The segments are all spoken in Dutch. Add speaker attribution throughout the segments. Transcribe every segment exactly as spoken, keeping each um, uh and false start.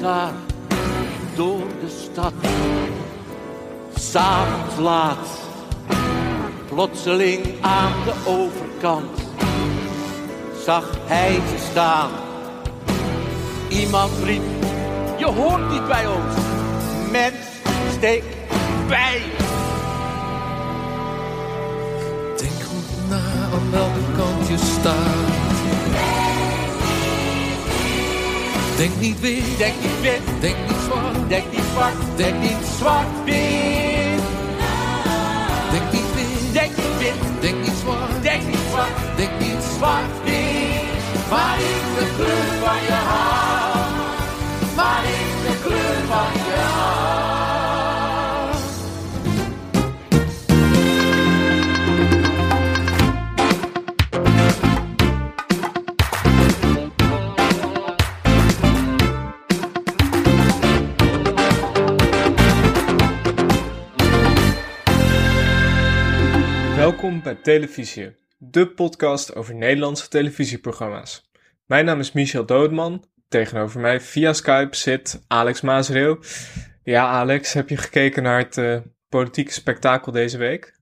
Speaker 1: daar door de stad. 'S'avonds laat, plotseling aan de overkant, zag hij ze staan. Iemand riep, je hoort niet bij ons. Mens, steek bij.
Speaker 2: Denk goed na aan welke kant je staat. Denk niet wit,
Speaker 1: denk niet wit,
Speaker 2: denk niet zwart,
Speaker 1: denk niet zwart, denk niet zwart wit.
Speaker 2: Denk niet wit,
Speaker 1: denk niet wit,
Speaker 2: denk niet zwart,
Speaker 1: denk niet zwart,
Speaker 2: denk niet
Speaker 1: zwart wit. Maar in de kleur van je haar, maar in de kleur van je haar.
Speaker 3: Welkom bij Televisie, de podcast over Nederlandse televisieprogramma's. Mijn naam is Michel Dodeman. Tegenover mij via Skype zit Alex Maasreel. Ja, Alex, heb je gekeken naar het uh, politieke spektakel deze week?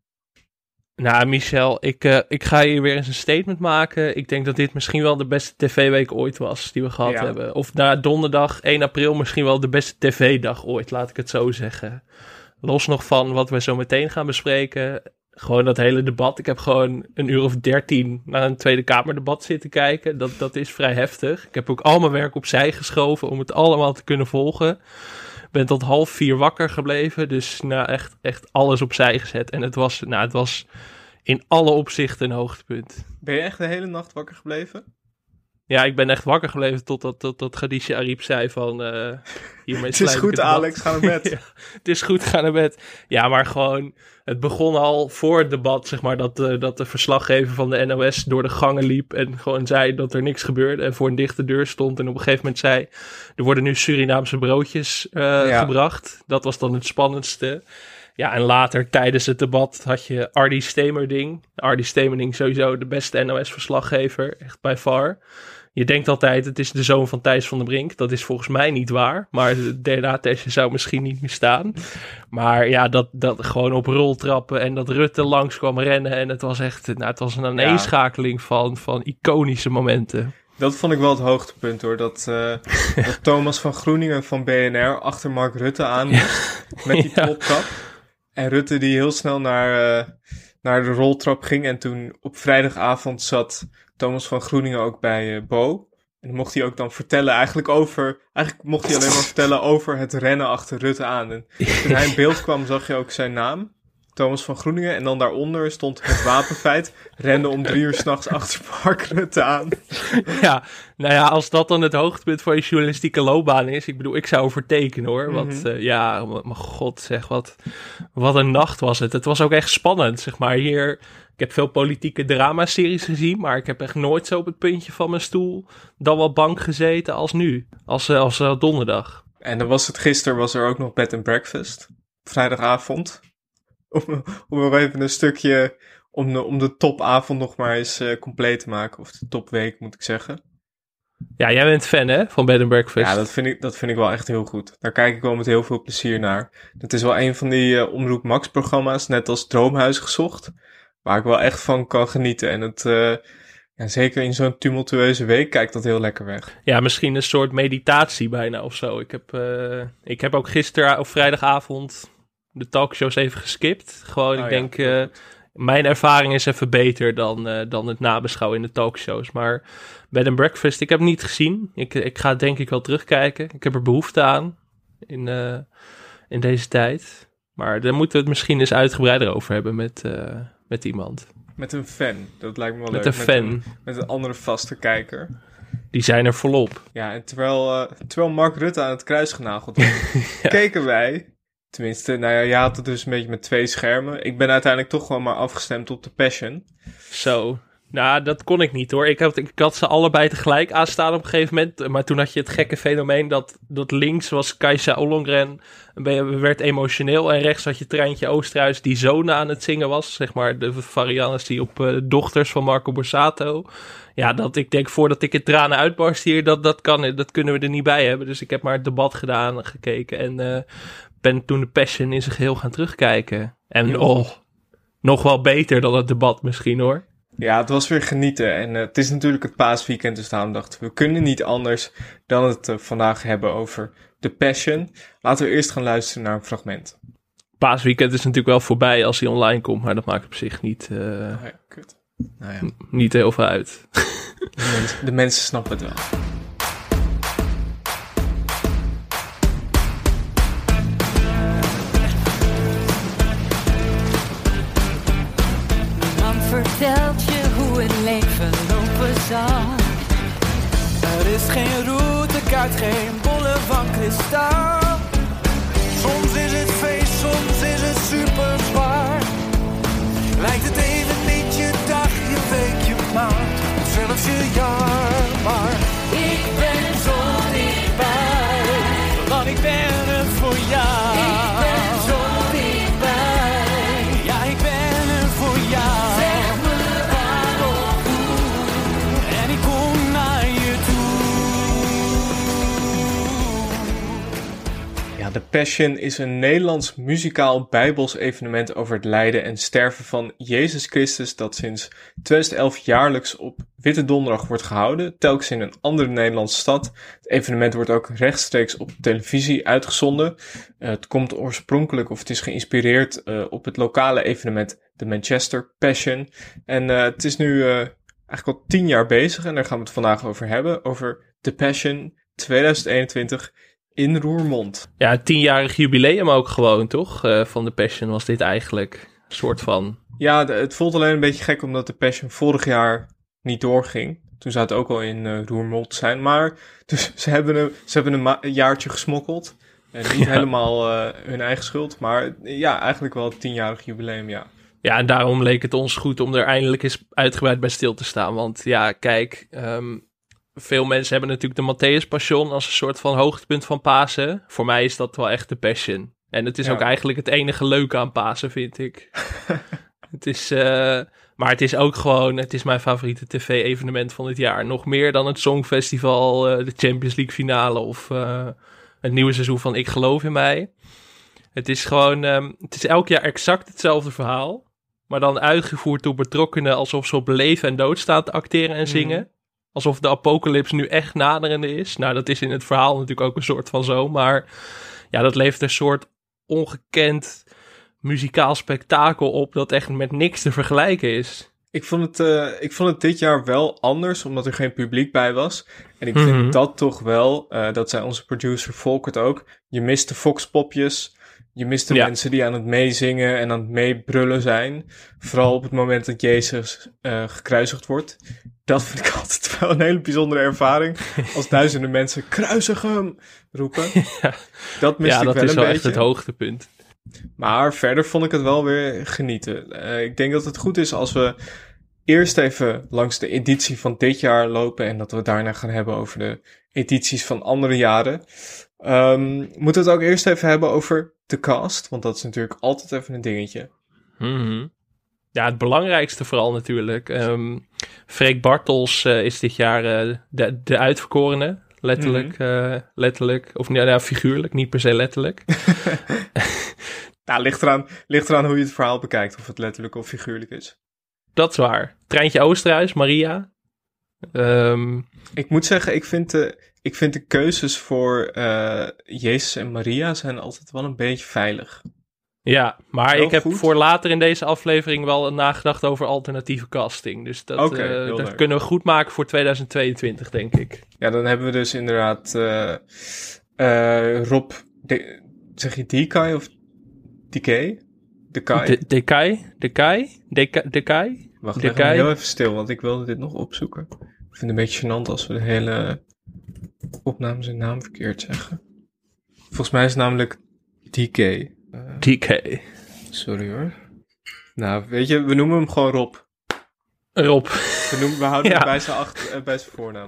Speaker 4: Nou, Michel, ik, uh, ik ga hier weer eens een statement maken. Ik denk dat dit misschien wel de beste tv-week ooit was die we gehad ja. hebben. Of na donderdag één april misschien wel de beste tv-dag ooit, laat ik het zo zeggen. Los nog van wat we zo meteen gaan bespreken. Gewoon dat hele debat. Ik heb gewoon een uur of dertien naar een Tweede Kamerdebat zitten kijken. Dat, dat is vrij heftig. Ik heb ook al mijn werk opzij geschoven om het allemaal te kunnen volgen. Ben tot half vier wakker gebleven. Dus nou, echt, echt alles opzij gezet. En het was, nou, het was in alle opzichten een hoogtepunt.
Speaker 3: Ben je echt de hele nacht wakker gebleven?
Speaker 4: Ja, ik ben echt wakker gebleven totdat tot, tot Khadija Ariep zei van... Uh, hiermee
Speaker 3: het is goed, Alex, ga naar bed.
Speaker 4: Ja, het is goed, ga naar bed. Ja, maar gewoon... Het begon al voor het debat, zeg maar, dat, uh, dat de verslaggever van de N O S door de gangen liep en gewoon zei dat er niks gebeurde en voor een dichte deur stond en op een gegeven moment zei, er worden nu Surinaamse broodjes uh, ja. gebracht. Dat was dan het spannendste. Ja, en later tijdens het debat had je Ardy Stemerding. Ardy Stemerding sowieso de beste N O S-verslaggever, echt by far. Je denkt altijd, het is de zoon van Thijs van der Brink. Dat is volgens mij niet waar. Maar de D N A-testje zou misschien niet meer staan. Maar ja, dat, dat gewoon op roltrappen en dat Rutte langs kwam rennen. En het was echt, nou, het was een aaneenschakeling ja. van, van iconische momenten.
Speaker 3: Dat vond ik wel het hoogtepunt hoor. Dat, uh, dat Thomas van Groeningen van B N R achter Mark Rutte aan moest. Met die ja. plopkap. En Rutte die heel snel naar, uh, naar de roltrap ging. En toen op vrijdagavond zat Thomas van Groeningen ook bij uh, Bo. En dan mocht hij ook dan vertellen eigenlijk over... Eigenlijk mocht hij alleen maar vertellen over het rennen achter Rutte aan. En toen hij in beeld kwam zag je ook zijn naam. Thomas van Groeningen. En dan daaronder stond het wapenfeit. Rende om drie uur 's nachts achter Mark Rutte aan.
Speaker 4: Ja, nou ja, als dat dan het hoogtepunt van je journalistieke loopbaan is. Ik bedoel, ik zou ervoor tekenen hoor. Mm-hmm. Want uh, ja, mijn god zeg, wat, wat een nacht was het. Het was ook echt spannend, zeg maar. Hier, ik heb veel politieke dramaseries gezien. Maar ik heb echt nooit zo op het puntje van mijn stoel dan wel bang gezeten als nu. Als, uh, als uh, donderdag.
Speaker 3: En dan was het gisteren, was er ook nog bed and breakfast. Vrijdagavond. Om, om nog even een stukje, om de, om de topavond nog maar eens uh, compleet te maken. Of de topweek, moet ik zeggen.
Speaker 4: Ja, jij bent fan, hè, van Bed and Breakfast.
Speaker 3: Ja, dat vind ik, dat vind ik wel echt heel goed. Daar kijk ik wel met heel veel plezier naar. Dat is wel een van die uh, Omroep Max-programma's, net als Droomhuis Gezocht, waar ik wel echt van kan genieten. En het, uh, ja, zeker in zo'n tumultueuze week kijkt dat heel lekker weg.
Speaker 4: Ja, misschien een soort meditatie bijna of zo. Ik heb, uh, ik heb ook gisteren of vrijdagavond de talkshows even geskipt. Gewoon, oh, ik denk, ja. uh, mijn ervaring is even beter dan, uh, dan het nabeschouwen in de talkshows. Maar Bed and Breakfast, ik heb het niet gezien. Ik, ik ga het denk ik wel terugkijken. Ik heb er behoefte aan in, uh, in deze tijd. Maar daar moeten we het misschien eens uitgebreider over hebben met, uh, met iemand.
Speaker 3: Met een fan, dat lijkt me wel
Speaker 4: met
Speaker 3: leuk.
Speaker 4: Een met een
Speaker 3: fan. Met een andere vaste kijker.
Speaker 4: Die zijn er volop.
Speaker 3: Ja, en terwijl, uh, terwijl Mark Rutte aan het kruis genageld werd, ja. keken wij... Tenminste, nou ja, je had het dus een beetje met twee schermen. Ik ben uiteindelijk toch gewoon maar afgestemd op de Passion.
Speaker 4: Zo, Nou, dat kon ik niet hoor. Ik had, ik had ze allebei tegelijk aanstaan op een gegeven moment. Maar toen had je het gekke fenomeen dat, dat links was Kajsa Ollongren. Werd emotioneel. En rechts had je Treintje Oosterhuis die zonen aan het zingen was. Zeg maar de variatie op uh, dochters van Marco Borsato. Ja, dat ik denk voordat ik in tranen uitbarst hier, dat, dat, kan, dat kunnen we er niet bij hebben. Dus ik heb maar het debat gedaan, gekeken. En uh, ben toen de Passion in zijn geheel gaan terugkijken. En oh, nog wel beter dan het debat misschien hoor.
Speaker 3: Ja, het was weer genieten. En uh, het is natuurlijk het paasweekend, dus daarom dachten we, we kunnen niet anders dan het uh, vandaag hebben over The Passion. Laten we eerst gaan luisteren naar een fragment.
Speaker 4: Paasweekend is natuurlijk wel voorbij als hij online komt, maar dat maakt op zich niet, uh,
Speaker 3: oh ja, kut. Nou ja.
Speaker 4: n- niet heel veel uit.
Speaker 3: De, mens, de mensen snappen het wel.
Speaker 5: Vertelt je hoe het leven lopen zal.
Speaker 6: Er is geen routekaart, geen bollen van kristaal. Soms is het feest, soms is het super zwaar. Lijkt het even niet je dag, je week, je maand, of zelfs je jaar. Maar ik ben zo dichtbij, want ik ben er voor jou. Ik ben zo dichtbij, ja ik ben er voor jou.
Speaker 3: The Passion is een Nederlands muzikaal bijbels evenement over het lijden en sterven van Jezus Christus dat sinds twintig elf jaarlijks op Witte Donderdag wordt gehouden, telkens in een andere Nederlandse stad. Het evenement wordt ook rechtstreeks op televisie uitgezonden. Uh, het komt oorspronkelijk, of het is geïnspireerd uh, op het lokale evenement de Manchester Passion. En uh, het is nu uh, eigenlijk al tien jaar bezig en daar gaan we het vandaag over hebben, over The Passion twintig eenentwintig in Roermond.
Speaker 4: Ja, een tienjarig jubileum ook gewoon, toch? Uh, van de Passion was dit eigenlijk een soort van...
Speaker 3: Ja, de, het voelt alleen een beetje gek omdat de Passion vorig jaar niet doorging. Toen zou het ook al in uh, Roermond zijn. Maar dus, ze hebben een, ze hebben een, ma- een jaartje gesmokkeld. En niet ja. helemaal uh, hun eigen schuld. Maar ja, eigenlijk wel het tienjarig jubileum, ja.
Speaker 4: Ja, en daarom leek het ons goed om er eindelijk eens uitgebreid bij stil te staan. Want ja, kijk... Um, veel mensen hebben natuurlijk de Matthäus Passion als een soort van hoogtepunt van Pasen. Voor mij is dat wel echt de Passion. En het is ja. ook eigenlijk het enige leuke aan Pasen, vind ik. Het is, uh, maar het is ook gewoon, het is mijn favoriete tv-evenement van dit jaar. Nog meer dan het Songfestival, uh, de Champions League finale of uh, het nieuwe seizoen van Ik Geloof in Mij. Het is gewoon, um, het is elk jaar exact hetzelfde verhaal. Maar dan uitgevoerd door betrokkenen alsof ze op leven en dood staan te acteren en zingen. Mm. Alsof de apocalyps nu echt naderende is. Nou, dat is in het verhaal natuurlijk ook een soort van zo. Maar ja, dat levert een soort ongekend muzikaal spektakel op dat echt met niks te vergelijken is.
Speaker 3: Ik vond het, uh, ik vond het dit jaar wel anders, omdat er geen publiek bij was. En ik vind mm-hmm. dat toch wel, uh, dat zei onze producer Volkert ook, je mist de foxpopjes. Je mist de ja. mensen die aan het meezingen en aan het meebrullen zijn. Vooral op het moment dat Jezus uh, gekruisigd wordt. Dat vind ik altijd wel een hele bijzondere ervaring. Als duizenden mensen kruisig hem roepen. Ja. Dat mist
Speaker 4: ja,
Speaker 3: ik
Speaker 4: dat
Speaker 3: wel
Speaker 4: is
Speaker 3: een
Speaker 4: wel
Speaker 3: beetje.
Speaker 4: echt het hoogtepunt.
Speaker 3: Maar verder vond ik het wel weer genieten. Uh, ik denk dat het goed is als we eerst even langs de editie van dit jaar lopen. En dat we daarna gaan hebben over de edities van andere jaren. Um, moeten we het ook eerst even hebben over de cast, want dat is natuurlijk altijd even een dingetje.
Speaker 4: Mm-hmm. Ja, het belangrijkste vooral natuurlijk. Um, Freek Bartels uh, is dit jaar uh, de, de uitverkorene, letterlijk, mm-hmm. uh, letterlijk, of nou, ja, figuurlijk, niet per se letterlijk.
Speaker 3: Nou, ligt eraan, ligt eraan hoe je het verhaal bekijkt, of het letterlijk of figuurlijk is.
Speaker 4: Dat is waar. Treintje Oosterhuis, Maria. Um,
Speaker 3: ik moet zeggen, ik vind de... Ik vind de keuzes voor uh, Jezus en Maria zijn altijd wel een beetje veilig.
Speaker 4: Ja, maar
Speaker 3: wel
Speaker 4: ik heb
Speaker 3: goed.
Speaker 4: voor later in deze aflevering wel nagedacht over alternatieve casting. Dus dat,
Speaker 3: okay,
Speaker 4: uh, dat kunnen we goed maken voor twintig tweeëntwintig, denk ik.
Speaker 3: Ja, dan hebben we dus inderdaad uh, uh, Rob, de, zeg je Dekai of Dekay? Dekai?
Speaker 4: De, Dekai? Dekai? Dekai? Dekai?
Speaker 3: Wacht, leg heel even stil, want ik wilde dit nog opzoeken. Ik vind het een beetje gênant als we de hele... opname zijn naam verkeerd zeggen. Volgens mij is het namelijk D K. Uh,
Speaker 4: D K.
Speaker 3: Sorry hoor. Nou, weet je, we noemen hem gewoon Rob.
Speaker 4: Rob.
Speaker 3: We, noemen, we houden
Speaker 4: Ja.
Speaker 3: het bij zijn, achter, uh, bij zijn voornaam.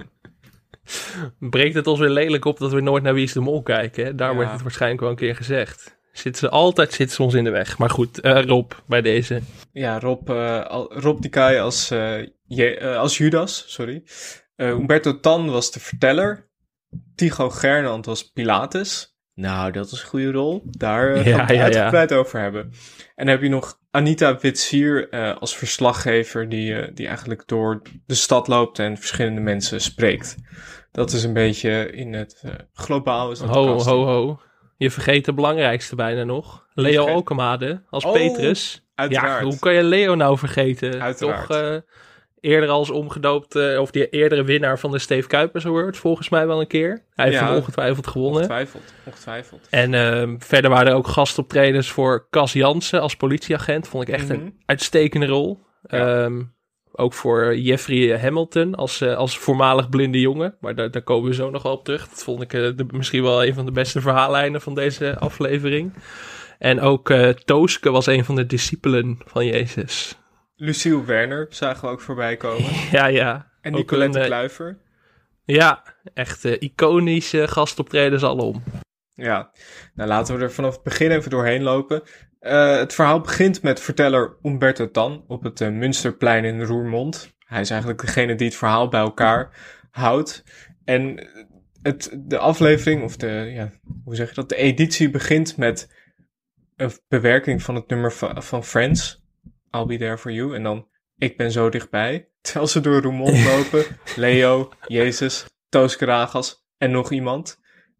Speaker 4: Breekt het ons weer lelijk op dat we nooit naar Wie is de Mol kijken. Hè? Daar
Speaker 3: Ja.
Speaker 4: wordt het waarschijnlijk wel een keer gezegd. Zitten ze altijd zitten ze ons in de weg. Maar goed, uh, Rob, bij deze.
Speaker 3: Ja, Rob, uh, al, Rob die Kai als, uh, je, uh, als Judas, sorry. Uh, Umberto Tan was de verteller. Tycho Gernand was Pilatus. Nou, dat is een goede rol. Daar uh,
Speaker 4: Ja,
Speaker 3: gaan we het
Speaker 4: ja, ja.
Speaker 3: uitgebreid over hebben. En dan heb je nog Anita Witsier uh, als verslaggever die, uh, die eigenlijk door de stad loopt en verschillende mensen spreekt. Dat is een beetje in het uh, globaal. Is dat de
Speaker 4: Ho,
Speaker 3: casting.
Speaker 4: ho, ho. Je vergeet de belangrijkste bijna nog. Leo
Speaker 3: vergeet-
Speaker 4: Okemade als
Speaker 3: Oh,
Speaker 4: Petrus.
Speaker 3: Uiteraard.
Speaker 4: Ja, hoe kan je Leo nou vergeten?
Speaker 3: Uiteraard.
Speaker 4: Toch uh, eerder als omgedoopt, uh, of die eerdere winnaar van de Steve Kuipers Award, volgens mij wel een keer. Hij heeft
Speaker 3: Ja.
Speaker 4: hem ongetwijfeld gewonnen.
Speaker 3: Ongetwijfeld, ongetwijfeld.
Speaker 4: En uh, verder waren er ook gastoptredens voor Cas Jansen als politieagent. Vond ik echt
Speaker 3: Mhm.
Speaker 4: een uitstekende rol.
Speaker 3: Ja.
Speaker 4: Um, ook voor Jeffrey Hamilton als, uh, als voormalig blinde jongen. Maar daar, daar komen we zo nog wel op terug. Dat vond ik uh, de, misschien wel een van de beste verhaallijnen van deze aflevering. En ook uh, Tooske was een van de discipelen van Jezus.
Speaker 3: Luciel Werner zagen we ook voorbij komen.
Speaker 4: Ja, ja.
Speaker 3: En
Speaker 4: Ook
Speaker 3: Nicolette
Speaker 4: een, uh,
Speaker 3: Kluiver.
Speaker 4: Ja, echt uh, iconische gastoptredens alom.
Speaker 3: Ja, nou laten we er vanaf het begin even doorheen lopen. Uh, het verhaal begint met verteller Umberto Tan op het uh, Münsterplein in Roermond. Hij is eigenlijk degene die het verhaal bij elkaar houdt. En het, de aflevering, of de, ja, hoe zeg je dat, de editie begint met een bewerking van het nummer van, van Friends. I'll be there for you. En dan, ik ben zo dichtbij. Terwijl ze door Roermond lopen. Leo, Jezus, Tooske Ragas en nog iemand.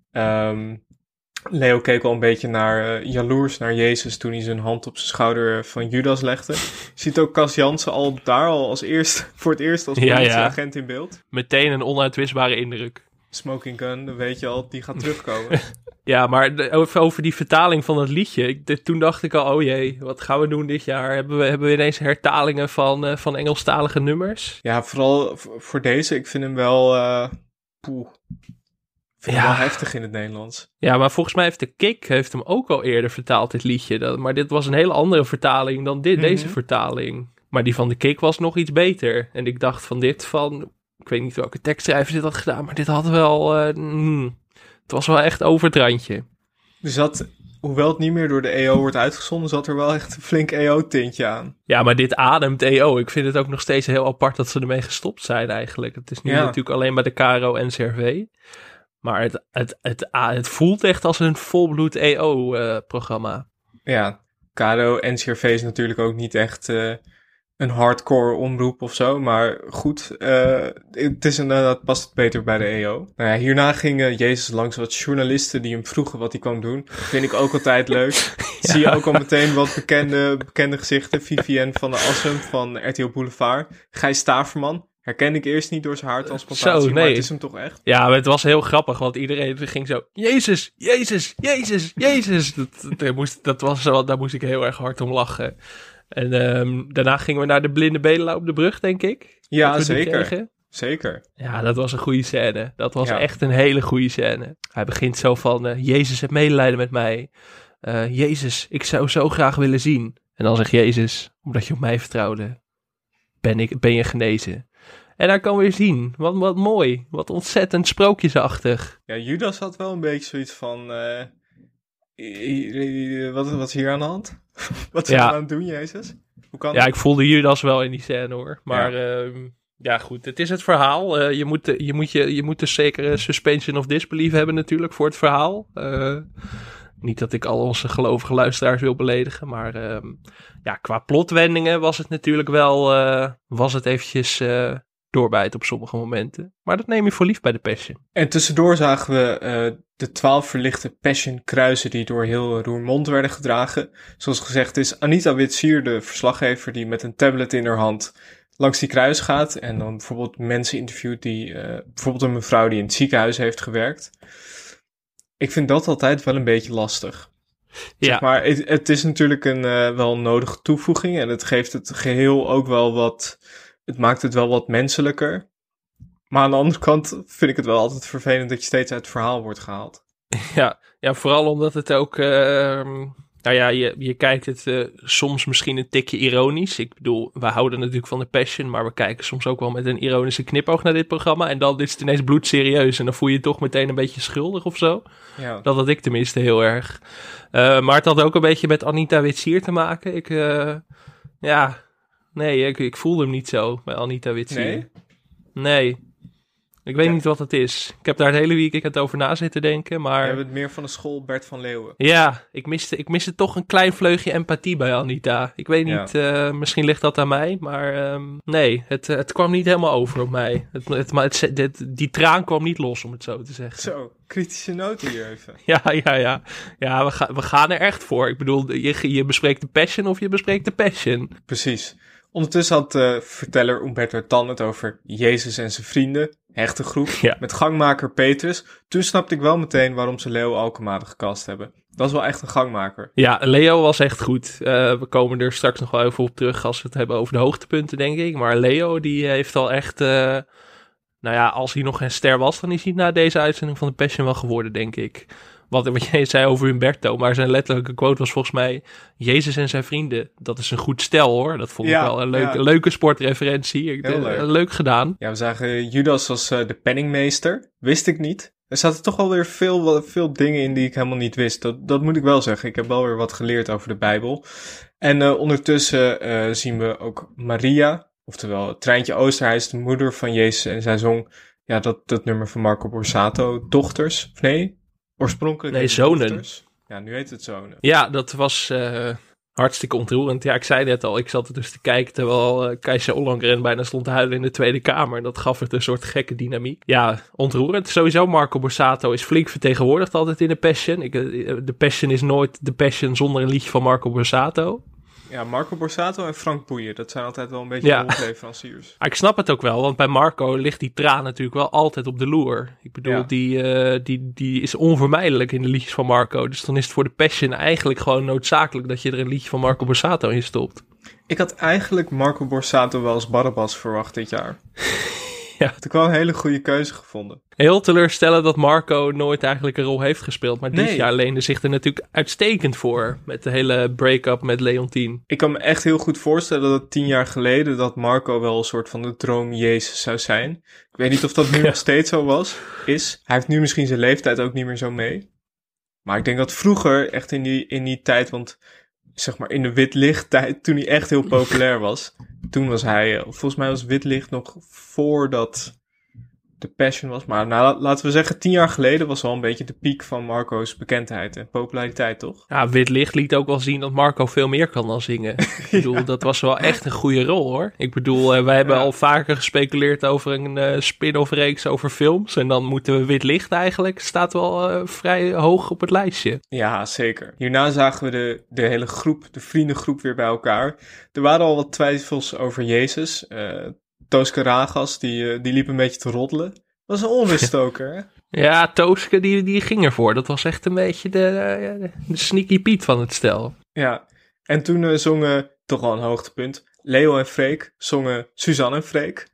Speaker 3: Um, Leo keek al een beetje naar uh, jaloers naar Jezus toen hij zijn hand op zijn schouder van Judas legde. Je ziet ook Cas Jansen al daar al als eerst, voor het eerst als
Speaker 4: Ja,
Speaker 3: politieagent in beeld.
Speaker 4: Meteen een onuitwisbare indruk.
Speaker 3: Smoking gun, dan weet je al, die gaat terugkomen.
Speaker 4: Ja, maar de, over, over die vertaling van het liedje. Ik, de, toen dacht ik al, oh jee, wat gaan we doen dit jaar? Hebben we, hebben we ineens hertalingen van, uh, van Engelstalige nummers?
Speaker 3: Ja, vooral v- voor deze. Ik vind hem wel, uh, poeh. Ik vind hem
Speaker 4: Ja.
Speaker 3: wel heftig in het Nederlands.
Speaker 4: Ja, maar volgens mij heeft de Kik heeft hem ook al eerder vertaald, dit liedje. Dat, maar dit was een hele andere vertaling dan dit,
Speaker 3: Mhm.
Speaker 4: deze vertaling. Maar die van de Kik was nog iets beter. En ik dacht van dit van... Ik weet niet welke tekstschrijver dit had gedaan, maar dit had wel... Uh, mm, het was wel echt over het randje.
Speaker 3: Dus dat, hoewel het niet meer door de E O wordt uitgezonden, zat er wel echt een flink E O-tintje aan.
Speaker 4: Ja, maar dit ademt E O. Ik vind het ook nog steeds heel apart dat ze ermee gestopt zijn eigenlijk. Het is nu
Speaker 3: Ja.
Speaker 4: natuurlijk alleen bij de K R O en N C R V. Maar het, het, het, ah, het voelt echt als een volbloed E O-programma.
Speaker 3: Ja, K R O, N C R V is natuurlijk ook niet echt uh, een hardcore omroep of zo. Maar goed, uh, het is inderdaad, past het beter bij de E O. Nou ja, hierna gingen Jezus langs wat journalisten die hem vroegen wat hij kwam doen. Vind ik ook altijd leuk.
Speaker 4: Ja.
Speaker 3: Zie je ook al meteen wat bekende, bekende gezichten. Vivienne van der Assem van R T L Boulevard. Gijs Staverman. Herken ik eerst niet door zijn haartransplantatie,
Speaker 4: Zo,
Speaker 3: maar
Speaker 4: nee.
Speaker 3: het is hem toch echt.
Speaker 4: Ja, maar het was heel grappig, want iedereen ging zo... Jezus, Jezus, Jezus, Jezus. Dat, dat, moest, dat was zo, daar moest ik heel erg hard om lachen. En um, daarna gingen we naar de blinde bedelaar op de brug, denk ik.
Speaker 3: Ja,
Speaker 4: Dat we die
Speaker 3: zeker.
Speaker 4: kregen.
Speaker 3: Zeker.
Speaker 4: Ja, dat was een goede scène. Dat was
Speaker 3: Ja.
Speaker 4: echt een hele goede scène. Hij begint zo van... Uh, Jezus, heb medelijden met mij. Uh, Jezus, ik zou zo graag willen zien. En dan zegt Jezus, omdat je op mij vertrouwde, ben, ik, ben je genezen. En daar kan we weer zien. Wat, wat mooi. Wat ontzettend sprookjesachtig.
Speaker 3: Ja, Judas had wel een beetje zoiets van... Uh, i- i- wat, wat is hier aan de hand? Wat zijn
Speaker 4: Ja.
Speaker 3: we aan het doen, Jezus? Hoe kan
Speaker 4: Ja,
Speaker 3: dat?
Speaker 4: ik voelde Judas wel in die scène hoor. Maar ja, uh, ja goed, het is het verhaal. Uh, je, moet, je, moet je, je moet dus zeker een suspension of disbelief hebben natuurlijk voor het verhaal. Uh, niet dat ik al onze gelovige luisteraars wil beledigen. Maar uh, ja, qua plotwendingen was het natuurlijk wel... Uh, was het eventjes... Uh, doorbijt op sommige momenten. Maar dat neem je voor lief bij de Passion.
Speaker 3: En tussendoor zagen we uh, de twaalf verlichte Passion kruisen die door heel Roermond werden gedragen. Zoals gezegd is Anita Witsier, de verslaggever die met een tablet in haar hand langs die kruis gaat. En dan bijvoorbeeld mensen interviewt die, uh, bijvoorbeeld een mevrouw die in het ziekenhuis heeft gewerkt. Ik vind dat altijd wel een beetje lastig.
Speaker 4: Ja.
Speaker 3: Zeg maar, het, het is natuurlijk een uh, wel een nodige toevoeging en het geeft het geheel ook wel wat... Het maakt het wel wat menselijker. Maar aan de andere kant vind ik het wel altijd vervelend dat je steeds uit het verhaal wordt gehaald.
Speaker 4: Ja, ja vooral omdat het ook... Uh, Nou ja, je, je kijkt het uh, soms misschien een tikje ironisch. Ik bedoel, we houden natuurlijk van de Passion, maar we kijken soms ook wel met een ironische knipoog naar dit programma. En dan is het ineens bloedserieus en dan voel je je toch meteen een beetje schuldig of zo.
Speaker 3: Ja.
Speaker 4: Dat had ik tenminste heel erg. Uh, maar het had ook een beetje met Anita Witsier te maken. Ik, uh, ja, nee, ik, ik voelde hem niet zo bij Anita Witsier.
Speaker 3: Nee?
Speaker 4: Nee. Ik weet
Speaker 3: Ja.
Speaker 4: niet wat het is. Ik heb daar het hele weekend over na zitten denken, maar...
Speaker 3: We hebben het meer van de school Bert van Leeuwen.
Speaker 4: Ja, ik miste, ik miste toch een klein vleugje empathie bij Anita. Ik weet niet, ja. uh, misschien ligt dat aan mij, maar um, nee, het, het kwam niet helemaal over op mij. Het, het, het, het, het, die traan kwam niet los, om het zo te zeggen.
Speaker 3: Zo, kritische noten hier even.
Speaker 4: Ja, ja, ja. Ja, we, ga, we gaan er echt voor. Ik bedoel, je, je bespreekt de Passion of je bespreekt de Passion.
Speaker 3: Precies. Ondertussen had uh, verteller Umberto Tan het over Jezus en zijn vrienden, hechte groep,
Speaker 4: ja.
Speaker 3: met gangmaker Petrus. Toen snapte ik wel meteen waarom ze Leo Alkemade gecast hebben. Dat is wel echt een gangmaker.
Speaker 4: Ja, Leo was echt goed. Uh, we komen er straks nog wel even op terug als we het hebben over de hoogtepunten, denk ik. Maar Leo, die heeft al echt... Uh, nou ja, als hij nog geen ster was, dan is hij na deze uitzending van de Passion wel geworden, denk ik. Wat, wat jij zei over Humberto, maar zijn letterlijke quote was volgens mij... Jezus en zijn vrienden, dat is een goed stel hoor. Dat vond ik ja, wel een leuke, ja. leuke sportreferentie. Ik,
Speaker 3: Heel leuk.
Speaker 4: leuk gedaan.
Speaker 3: Ja, we zagen Judas als uh, de penningmeester. Wist ik niet. Er zaten toch wel weer veel, veel dingen in die ik helemaal niet wist. Dat, dat moet ik wel zeggen. Ik heb wel weer wat geleerd over de Bijbel. En uh, ondertussen uh, zien we ook Maria, oftewel Treintje Oosterhuis, de moeder van Jezus. En zij zong ja, dat, dat nummer van Marco Borsato, Dochters, of nee... Oorspronkelijk
Speaker 4: nee, zonen.
Speaker 3: Dochters. Ja, nu heet het zonen.
Speaker 4: Ja, dat was uh, hartstikke ontroerend. Ja, ik zei net al, ik zat er dus te kijken terwijl uh, Kajsa Ollongren bijna stond te huilen in de Tweede Kamer. Dat gaf het een soort gekke dynamiek. Ja, ontroerend. Sowieso, Marco Borsato is flink vertegenwoordigd altijd in de Passion. Ik, de Passion is nooit de Passion zonder een liedje van Marco Borsato.
Speaker 3: Ja, Marco Borsato en Frank Boeien, dat zijn altijd wel een beetje
Speaker 4: ja.
Speaker 3: hoofdleveranciers.
Speaker 4: Ik snap het ook wel, want bij Marco ligt die traan natuurlijk wel altijd op de loer. Ik bedoel, ja. die, uh, die, die is onvermijdelijk in de liedjes van Marco. Dus dan is het voor de Passion eigenlijk gewoon noodzakelijk dat je er een liedje van Marco Borsato in stopt.
Speaker 3: Ik had eigenlijk Marco Borsato wel als Barabbas verwacht dit jaar.
Speaker 4: Ja.
Speaker 3: Had ik wel een hele goede keuze gevonden.
Speaker 4: Heel teleurstellend dat Marco nooit eigenlijk een rol heeft gespeeld. Maar dit
Speaker 3: nee.
Speaker 4: jaar leende zich er natuurlijk uitstekend voor. Met de hele break-up met Leontien.
Speaker 3: Ik kan me echt heel goed voorstellen dat tien jaar geleden... dat Marco wel een soort van de droom Jezus zou zijn. Ik weet niet of dat nu ja. nog steeds zo was. Is. Hij heeft nu misschien zijn leeftijd ook niet meer zo mee. Maar ik denk dat vroeger, echt in die, in die tijd... want zeg maar in de wit licht tijd, toen hij echt heel populair was... Toen was hij, volgens mij was wit licht nog voordat de Passion was. Maar nou, laten we zeggen, tien jaar geleden was wel een beetje de piek van Marco's bekendheid en populariteit, toch?
Speaker 4: Ja, wit licht liet ook wel zien dat Marco veel meer kan dan zingen. Ik bedoel, ja. dat was wel echt een goede rol, hoor. Ik bedoel, uh, wij hebben ja. al vaker gespeculeerd over een uh, spin-off reeks over films. En dan moeten we wit licht eigenlijk, staat wel uh, vrij hoog op het lijstje.
Speaker 3: Ja, zeker. Hierna zagen we de, de hele groep, de vriendengroep weer bij elkaar. Er waren al wat twijfels over Jezus. Uh, Tooske Ragas, die, uh, die liep een beetje te roddelen. Dat was een onruststoker, hè?
Speaker 4: Ja, Tooske, die, die ging ervoor. Dat was echt een beetje de, de, de sneaky Piet van het stel.
Speaker 3: Ja, en toen uh, zongen, toch wel een hoogtepunt, Leo en Freek zongen Suzanne en Freek.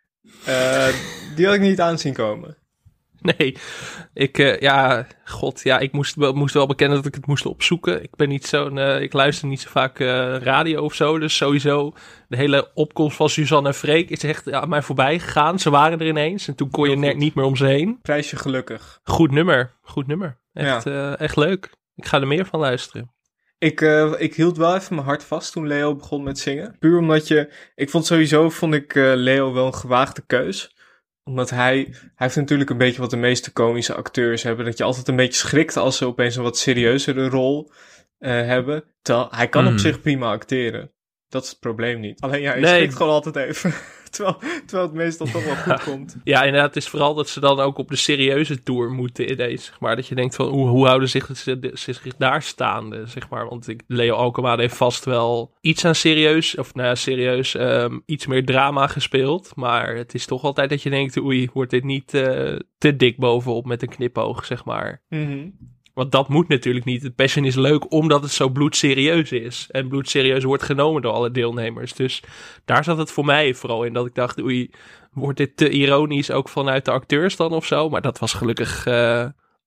Speaker 3: Uh, die had ik niet aanzien komen.
Speaker 4: Nee, ik, uh, ja, god, ja, ik moest, moest wel bekennen dat ik het moest opzoeken. Ik ben niet zo'n, uh, ik luister niet zo vaak uh, radio of zo, dus sowieso de hele opkomst van Suzanne en Freek is echt aan mij voorbij gegaan. Ze waren er ineens en toen kon je net niet meer om ze heen.
Speaker 3: Prijsje gelukkig.
Speaker 4: Goed nummer, goed nummer. Echt, ja. uh, echt leuk. Ik ga er meer van luisteren.
Speaker 3: Ik, uh, ik hield wel even mijn hart vast toen Leo begon met zingen. Puur omdat je, ik vond sowieso, vond ik uh, Leo wel een gewaagde keus. Omdat hij, hij heeft natuurlijk een beetje wat de meeste komische acteurs hebben. Dat je altijd een beetje schrikt als ze opeens een wat serieuzere rol uh, hebben. Terwijl hij kan mm. op zich prima acteren. Dat is het probleem niet. Alleen ja, je nee. schrikt gewoon altijd even. terwijl, terwijl het meestal toch wel goed komt.
Speaker 4: Ja, inderdaad. Het is vooral dat ze dan ook op de serieuze tour moeten ineens. Zeg maar. Dat je denkt van, hoe, hoe houden zich, zich daar staande? Zeg maar. Want ik, Leo Alkemade heeft vast wel iets aan serieus, of nou ja, serieus, um, iets meer drama gespeeld. Maar het is toch altijd dat je denkt, oei, wordt dit niet uh, te dik bovenop met een knipoog, zeg maar.
Speaker 3: Mm-hmm.
Speaker 4: Want dat moet natuurlijk niet. Het Passion is leuk omdat het zo bloedserieus is. En bloedserieus wordt genomen door alle deelnemers. Dus daar zat het voor mij vooral in. Dat ik dacht, oei, wordt dit te ironisch ook vanuit de acteurs dan of zo? Maar dat was gelukkig uh,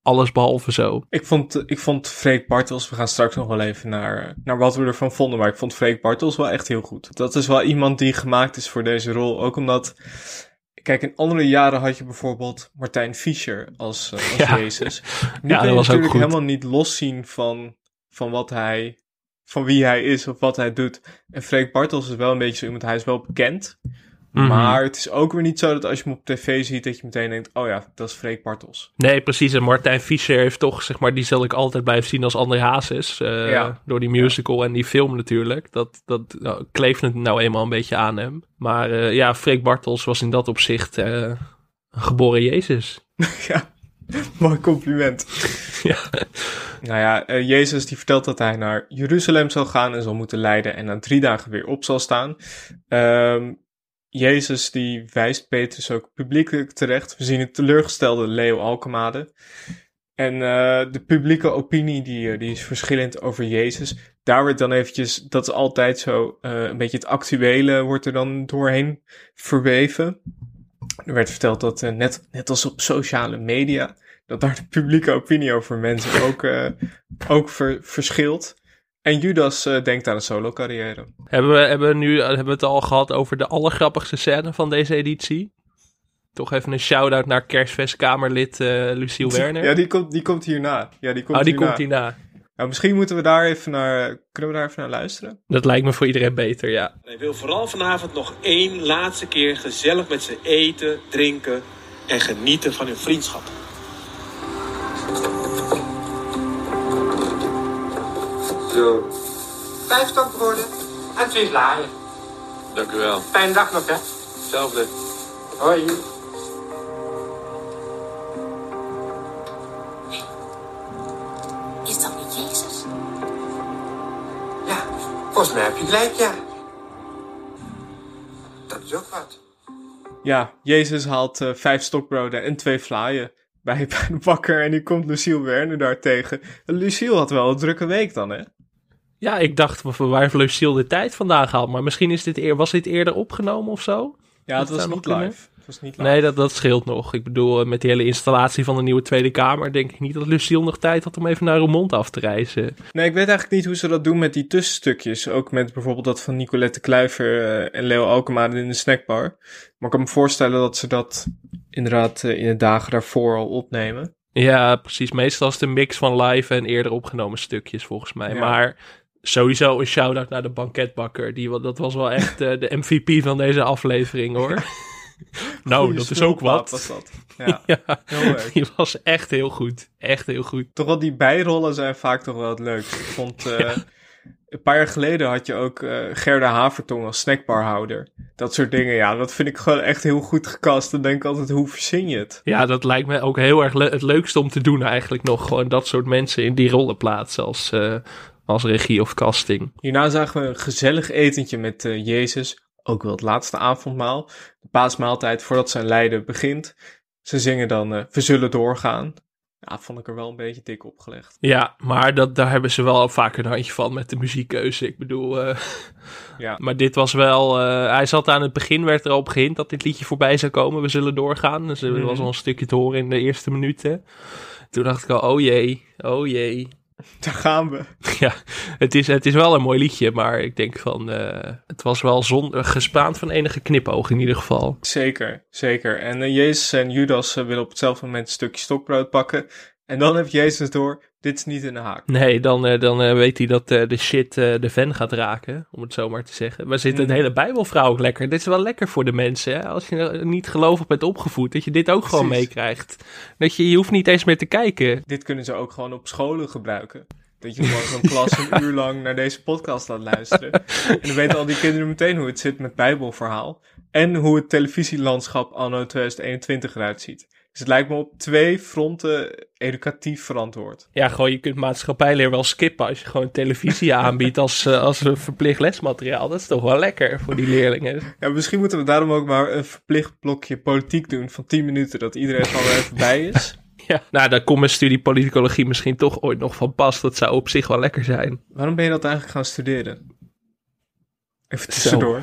Speaker 4: alles behalve zo.
Speaker 3: Ik vond, ik vond Freek Bartels, we gaan straks nog wel even naar, naar wat we ervan vonden, maar ik vond Freek Bartels wel echt heel goed. Dat is wel iemand die gemaakt is voor deze rol, ook omdat, kijk, in andere jaren had je bijvoorbeeld Martijn Fischer als, uh, als
Speaker 4: Ja.
Speaker 3: Jezus. Nu
Speaker 4: Ja,
Speaker 3: kun
Speaker 4: dat
Speaker 3: je
Speaker 4: was ook
Speaker 3: natuurlijk
Speaker 4: goed.
Speaker 3: helemaal niet loszien van, van wat hij, van wie hij is of wat hij doet. En Freek Bartels is wel een beetje zo iemand, hij is wel bekend.
Speaker 4: Mhm.
Speaker 3: Maar het is ook weer niet zo dat als je hem op tv ziet, dat je meteen denkt, oh ja, dat is Freek Bartels.
Speaker 4: Nee, precies. En Martijn Fischer heeft toch, zeg maar, die zal ik altijd blijven zien als André Hazes. Uh,
Speaker 3: Ja.
Speaker 4: Door die musical en die film natuurlijk. Dat, dat nou, kleeft het nou eenmaal een beetje aan hem. Maar uh, ja, Freek Bartels was in dat opzicht uh, een geboren Jezus.
Speaker 3: Ja, mooi compliment.
Speaker 4: Ja.
Speaker 3: Nou ja, uh, Jezus die vertelt dat hij naar Jeruzalem zal gaan en zal moeten lijden en na drie dagen weer op zal staan. Um, Jezus die wijst Petrus ook publiekelijk terecht. We zien een teleurgestelde Leo Alkemade. En uh, de publieke opinie die, uh, die is verschillend over Jezus. Daar wordt dan eventjes, dat is altijd zo, uh, een beetje het actuele wordt er dan doorheen verweven. Er werd verteld dat uh, net, net als op sociale media, dat daar de publieke opinie over mensen ook, uh, ook ver, verschilt. En Judas uh, denkt aan een solo-carrière.
Speaker 4: Hebben we, hebben we nu hebben we het al gehad over de allergrappigste scène van deze editie? Toch even een shout-out naar Kerstfestkamerlid uh, Luciel Werner.
Speaker 3: Ja, die komt, die komt hierna. Ja, die komt
Speaker 4: oh, die
Speaker 3: hierna.
Speaker 4: komt hierna.
Speaker 3: Nou, misschien moeten we daar even naar, kunnen we daar even naar luisteren?
Speaker 4: Dat lijkt me voor iedereen beter, ja.
Speaker 7: Ik wil vooral vanavond nog één laatste keer gezellig met ze eten, drinken en genieten van hun vriendschap.
Speaker 8: Zo. Vijf stokbroden en twee vlaaien.
Speaker 7: Dank u wel.
Speaker 8: Fijne dag nog, hè?
Speaker 7: Hetzelfde.
Speaker 8: Hoi.
Speaker 5: Is dat niet Jezus?
Speaker 8: Ja, volgens mij heb je gelijk, ja. Dat is ook wat.
Speaker 3: Ja, Jezus haalt uh, vijf stokbroden en twee vlaaien bij, bij de bakker en die komt Luciel Werner daar tegen. Luciel had wel een drukke week dan, hè?
Speaker 4: Ja, ik dacht, waar heeft Luciel de tijd vandaan gehaald? Maar misschien is dit eer, was dit eerder opgenomen of zo?
Speaker 3: Ja, het
Speaker 4: Dat
Speaker 3: was
Speaker 4: zou
Speaker 3: niet
Speaker 4: nog
Speaker 3: live.
Speaker 4: kunnen.
Speaker 3: Het was niet live.
Speaker 4: Nee, dat, dat scheelt nog. Ik bedoel, met die hele installatie van de nieuwe Tweede Kamer denk ik niet dat Luciel nog tijd had om even naar Roermond af te reizen.
Speaker 3: Nee, ik weet eigenlijk niet hoe ze dat doen met die tussenstukjes. Ook met bijvoorbeeld dat van Nicolette Kluiver uh, en Leo Alkemade in de snackbar. Maar ik kan me voorstellen dat ze dat inderdaad uh, in de dagen daarvoor al opnemen.
Speaker 4: Ja, precies. Meestal is het een mix van live en eerder opgenomen stukjes volgens mij.
Speaker 3: Ja.
Speaker 4: Maar sowieso een shout-out naar de banketbakker. Die, dat was wel echt uh, de M V P van deze aflevering, hoor. Nou,
Speaker 3: Goeie
Speaker 4: dat is ook
Speaker 3: smulpaap
Speaker 4: wat.
Speaker 3: was dat. Ja,
Speaker 4: Ja,
Speaker 3: heel leuk.
Speaker 4: die was echt heel goed. Echt heel goed.
Speaker 3: Toch wel die bijrollen zijn vaak toch wel het leukst. Ik vond, uh,
Speaker 4: Ja.
Speaker 3: een paar jaar geleden had je ook uh, Gerda Havertong als snackbarhouder. Dat soort dingen, ja, dat vind ik gewoon echt heel goed gecast. Dan denk ik altijd, hoe verzin je het?
Speaker 4: Ja, dat lijkt me ook heel erg le- het leukste om te doen eigenlijk nog. Gewoon dat soort mensen in die rollen plaatsen als, uh, als regie of casting.
Speaker 3: Hierna zagen we een gezellig etentje met uh, Jezus. Ook wel het laatste avondmaal. De paasmaaltijd voordat zijn lijden begint. Ze zingen dan uh, We zullen doorgaan. Ja, vond ik er wel een beetje dik opgelegd.
Speaker 4: Ja, maar dat, daar hebben ze wel vaak een handje van met de muziekkeuze. Ik bedoel, uh,
Speaker 3: Ja.
Speaker 4: maar dit was wel... Uh, hij zat aan het begin, werd er al op gehint dat dit liedje voorbij zou komen. We zullen doorgaan. Dus er
Speaker 3: Mhm.
Speaker 4: was al een stukje te horen in de eerste minuten. Toen dacht ik al, oh jee, oh jee.
Speaker 3: Daar gaan we.
Speaker 4: Ja, het is, het is wel een mooi liedje, maar ik denk van... Uh, het was wel zon, gespaand van enige knipoog in ieder geval.
Speaker 3: Zeker, zeker. En uh, Jezus en Judas uh, willen op hetzelfde moment een stukje stokbrood pakken. En dan heeft Jezus door, dit is niet in de haak.
Speaker 4: Nee, dan, uh, dan uh, weet hij dat uh, de shit uh, de fan gaat raken, om het zo maar te zeggen. Maar zit een
Speaker 3: Mm.
Speaker 4: hele Bijbelvrouw ook lekker. Dit is wel lekker voor de mensen, hè? Als je uh, niet gelovig bent opgevoed, dat je dit ook gewoon
Speaker 3: Precies.
Speaker 4: meekrijgt. Dat je, je hoeft niet eens meer te kijken.
Speaker 3: Dit kunnen ze ook gewoon op scholen gebruiken. Dat je gewoon zo'n klas een uur lang naar deze podcast laat luisteren. En dan weten al die kinderen meteen hoe het zit met Bijbelverhaal. En hoe het televisielandschap anno twintig eenentwintig eruit ziet. Dus het lijkt me op twee fronten educatief verantwoord.
Speaker 4: Ja, gewoon je kunt maatschappijleer wel skippen als je gewoon televisie aanbiedt als, uh, als een verplicht lesmateriaal. Dat is toch wel lekker voor die leerlingen.
Speaker 3: Ja, misschien moeten we daarom ook maar een verplicht blokje politiek doen van tien minuten. Dat iedereen gewoon weer even bij is.
Speaker 4: Ja, nou, daar komt mijn studie politicologie misschien toch ooit nog van pas. Dat zou op zich wel lekker zijn.
Speaker 3: Waarom ben je dat eigenlijk gaan studeren? Even tussendoor.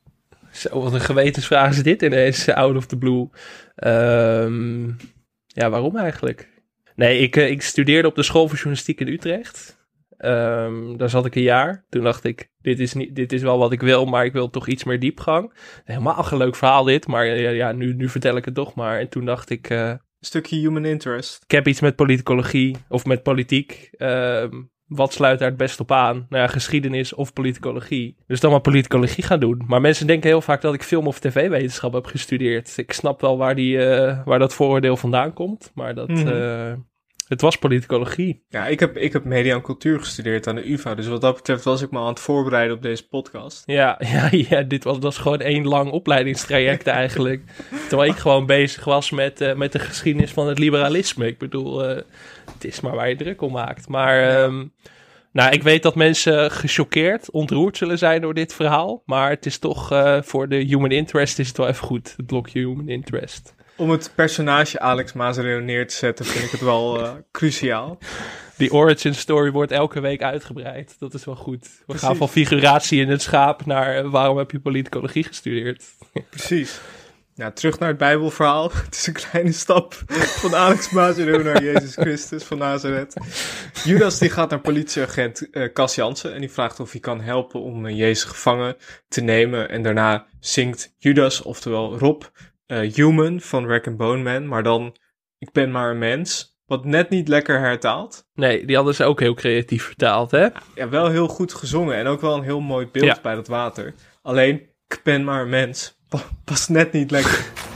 Speaker 4: Zo, wat een gewetensvraag is dit ineens, out of the blue. Um, ja, waarom eigenlijk? Nee, ik, uh, ik studeerde op de school voor journalistiek in Utrecht. Um, daar zat ik een jaar. Toen dacht ik, dit is, niet, dit is wel wat ik wil, maar ik wil toch iets meer diepgang. Helemaal geen leuk verhaal dit, maar uh, ja, nu, nu vertel ik het toch maar. En toen dacht ik... Uh,
Speaker 3: een stukje human interest.
Speaker 4: Ik heb iets met politicologie of met politiek. Um, wat sluit daar het best op aan? Nou ja, geschiedenis of politicologie. Dus dan maar politicologie gaan doen. Maar mensen denken heel vaak dat ik film- of tv-wetenschap heb gestudeerd. Ik snap wel waar, die, uh, waar dat vooroordeel vandaan komt, maar dat... Mm-hmm. Uh, Het was politicologie.
Speaker 3: Ja, ik heb, ik heb media en cultuur gestudeerd aan de U vA. Dus wat dat betreft was ik me aan het voorbereiden op deze podcast.
Speaker 4: Ja, ja, ja dit was, was gewoon één lang opleidingstraject eigenlijk. Terwijl ik gewoon bezig was met, uh, met de geschiedenis van het liberalisme. Ik bedoel, uh, het is maar waar je druk om maakt. Maar um, nou, ik weet dat mensen gechoqueerd, ontroerd zullen zijn door dit verhaal. Maar het is toch, uh, voor de human interest is het wel even goed. Het blokje human interest.
Speaker 3: Om het personage Alex Mazereel neer te zetten vind ik het wel uh, cruciaal.
Speaker 4: Die origin story wordt elke week uitgebreid. Dat is wel goed. We Precies. gaan van figuratie in het schaap naar uh, waarom heb je politicologie gestudeerd.
Speaker 3: Precies. Nou, terug naar het Bijbelverhaal. Het is een kleine stap van Alex Mazereel naar Jezus Christus van Nazareth. Judas die gaat naar politieagent uh, Cas Jansen en die vraagt of hij kan helpen om uh, Jezus gevangen te nemen. En daarna zingt Judas, oftewel Rob... Uh, Human van Rag and Bone Man, maar dan ik ben maar een mens, wat net niet lekker hertaald.
Speaker 4: Nee, die hadden ze ook heel creatief vertaald, hè?
Speaker 3: Ja, wel heel goed gezongen en ook wel een heel mooi beeld ja. bij dat water. Alleen, ik ben maar een mens, past net niet lekker.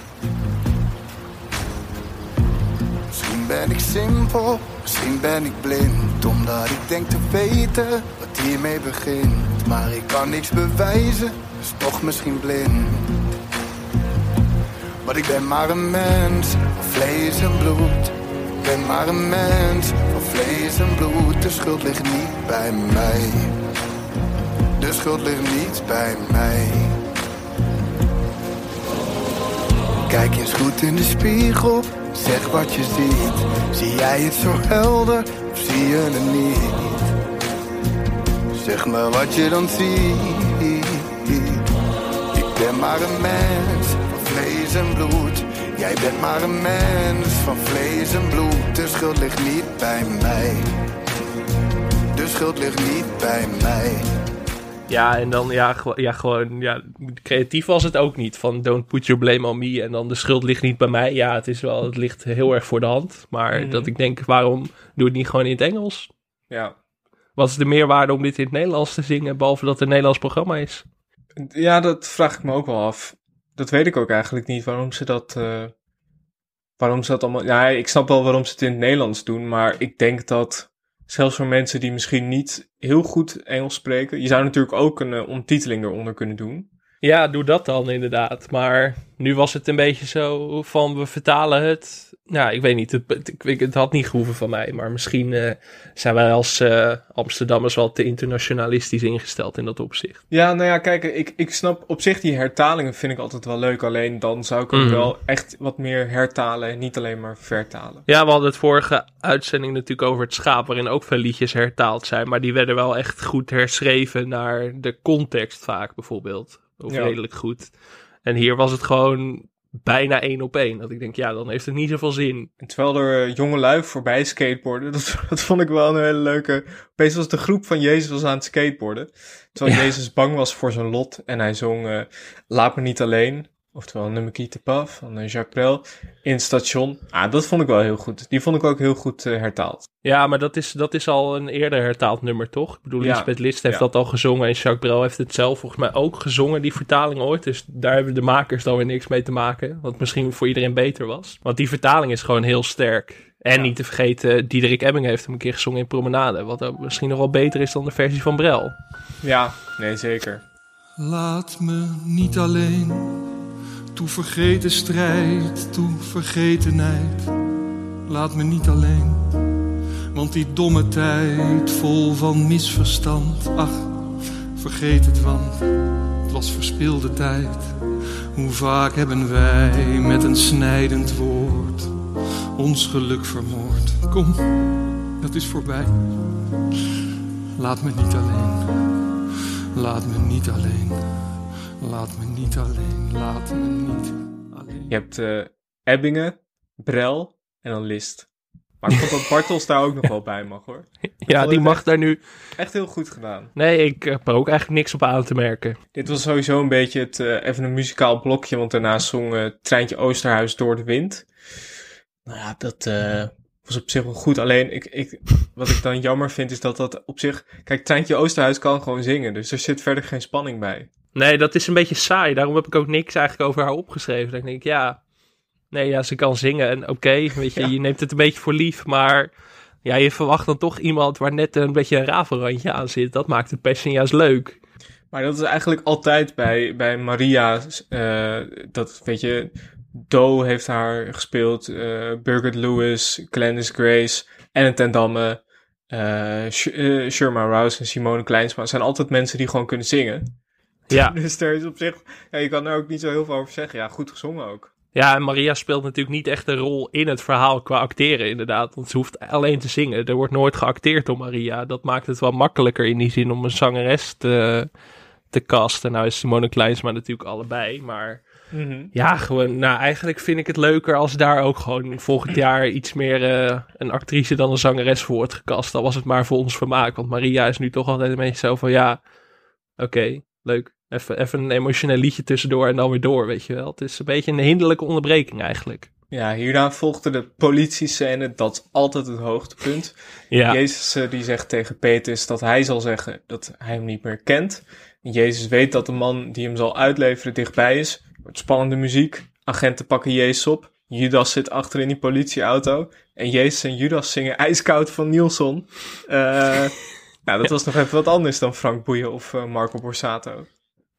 Speaker 9: Misschien ben ik simpel, misschien ben ik blind, omdat ik denk te weten wat hiermee begint. Maar ik kan niks bewijzen, dus toch misschien blind. Maar ik ben maar een mens van vlees en bloed. Ik ben maar een mens van vlees en bloed. De schuld ligt niet bij mij. De schuld ligt niet bij mij. Kijk eens goed in de spiegel. Zeg wat je ziet. Zie jij het zo helder of zie je het niet? Zeg me wat je dan ziet. Ik ben maar een mens vlees en bloed. Jij bent maar een mens van vlees en bloed. De schuld ligt niet bij mij. De schuld ligt niet bij mij.
Speaker 4: Ja, en dan ja, gew- ja gewoon ja, creatief was het ook niet. Van don't put your blame on me. En dan de schuld ligt niet bij mij. Ja, het is wel, het ligt heel erg voor de hand. Maar mm-hmm. dat ik denk, waarom doe het niet gewoon in het Engels?
Speaker 3: Ja.
Speaker 4: Wat is de meerwaarde om dit in het Nederlands te zingen, behalve dat het een Nederlands programma is?
Speaker 3: Ja, dat vraag ik me ook wel af. Dat weet ik ook eigenlijk niet, waarom ze dat... Uh, waarom ze dat allemaal... Ja, ik snap wel waarom ze het in het Nederlands doen, maar ik denk dat... Zelfs voor mensen die misschien niet heel goed Engels spreken... Je zou natuurlijk ook een uh, ondertiteling eronder kunnen doen.
Speaker 4: Ja, doe dat dan inderdaad. Maar nu was het een beetje zo van we vertalen het... Nou, ik weet niet. Het, het, het had niet gehoeven van mij. Maar misschien uh, zijn wij als uh, Amsterdammers wel te internationalistisch ingesteld in dat opzicht.
Speaker 3: Ja, nou ja, kijk, ik, ik snap op zich die hertalingen vind ik altijd wel leuk. Alleen dan zou ik ook mm. wel echt wat meer hertalen en niet alleen maar vertalen.
Speaker 4: Ja, we hadden het vorige uitzending natuurlijk over het schaap, waarin ook veel liedjes hertaald zijn. Maar die werden wel echt goed herschreven naar de context vaak bijvoorbeeld. Of ja. redelijk goed. En hier was het gewoon bijna één op één. Dat ik denk, ja, dan heeft het niet zoveel zin.
Speaker 3: En terwijl er uh, jonge lui voorbij skateboarden, dat, dat vond ik wel een hele leuke... Opeens was de groep van Jezus was aan het skateboarden. Terwijl ja. Jezus bang was voor zijn lot. En hij zong uh, Laat me niet alleen. Oftewel Ne me quitte pas van uh, Jacques Brel in het station. Ah, dat vond ik wel heel goed. Die vond ik ook heel goed uh, hertaald.
Speaker 4: Ja, maar dat is, dat is al een eerder hertaald nummer, toch? Ik bedoel, ja. Lisbeth List heeft ja. dat al gezongen en Jacques Brel heeft het zelf volgens mij ook gezongen, die vertaling ooit. Dus daar hebben de makers dan weer niks mee te maken. Wat misschien voor iedereen beter was. Want die vertaling is gewoon heel sterk. En ja. niet te vergeten, Diederik Ebbing heeft hem een keer gezongen in Promenade. Wat ook misschien nog wel beter is dan de versie van Brel.
Speaker 3: Ja, nee, zeker.
Speaker 2: Laat me niet alleen... Toe vergeten strijd, toe vergetenheid. Laat me niet alleen, want die domme tijd vol van misverstand. Ach, vergeet het, want het was verspilde tijd. Hoe vaak hebben wij met een snijdend woord ons geluk vermoord. Kom, dat is voorbij. Laat me niet alleen, laat me niet alleen. Laat me niet alleen, laat me niet alleen.
Speaker 3: Je hebt uh, Ebbingen, Brel en dan List. Maar ik vond dat Bartels daar ook nog wel bij mag, hoor.
Speaker 4: Ja, die mag
Speaker 3: echt,
Speaker 4: daar nu...
Speaker 3: Echt heel goed gedaan.
Speaker 4: Nee, ik heb er ook eigenlijk niks op aan te merken.
Speaker 3: Dit was sowieso een beetje het, uh, even een muzikaal blokje, want daarna zong uh, Treintje Oosterhuis Door de Wind. Nou ja, dat uh, was op zich wel goed. Alleen, ik, ik, wat ik dan jammer vind, is dat dat op zich... Kijk, Treintje Oosterhuis kan gewoon zingen, dus er zit verder geen spanning bij.
Speaker 4: Nee, dat is een beetje saai. Daarom heb ik ook niks eigenlijk over haar opgeschreven. Dan denk ik, ja... Nee, ja, ze kan zingen en oké, okay, weet je, ja. je neemt het een beetje voor lief, maar ja, je verwacht dan toch iemand waar net een beetje een rafelrandje aan zit. Dat maakt de passion juist leuk.
Speaker 3: Maar dat is eigenlijk altijd bij, bij Maria, uh, dat weet je, Doe heeft haar gespeeld, uh, Birgit Lewis, Glennis Grace, Ellen ten Damme, uh, Sh- uh, Sherma Rouse en Simone Kleinsma. Het zijn altijd mensen die gewoon kunnen zingen.
Speaker 4: Ja.
Speaker 3: Dus er is op zich, ja, je kan er ook niet zo heel veel over zeggen. Ja, goed gezongen ook.
Speaker 4: Ja, en Maria speelt natuurlijk niet echt een rol in het verhaal qua acteren inderdaad. Want ze hoeft alleen te zingen. Er wordt nooit geacteerd door Maria. Dat maakt het wel makkelijker in die zin om een zangeres te, te casten. Nou is Simone Kleinsma natuurlijk allebei. Maar mm-hmm. ja, gewoon, nou eigenlijk vind ik het leuker als daar ook gewoon volgend jaar iets meer uh, een actrice dan een zangeres voor wordt gecast. Al was het maar voor ons vermaak. Want Maria is nu toch altijd een beetje zo van ja, oké, okay, leuk. Even, even een emotioneel liedje tussendoor en dan weer door, weet je wel. Het is een beetje een hinderlijke onderbreking eigenlijk.
Speaker 3: Ja, hierna volgde de politiescène, dat is altijd het hoogtepunt. Ja. Jezus uh, die zegt tegen Petrus dat hij zal zeggen dat hij hem niet meer kent. En Jezus weet dat de man die hem zal uitleveren dichtbij is. Er wordt spannende muziek, agenten pakken Jezus op. Judas zit achter in die politieauto. En Jezus en Judas zingen IJskoud van Nielsen. Uh, nou, dat was nog even wat anders dan Frank Boeien of uh, Marco Borsato.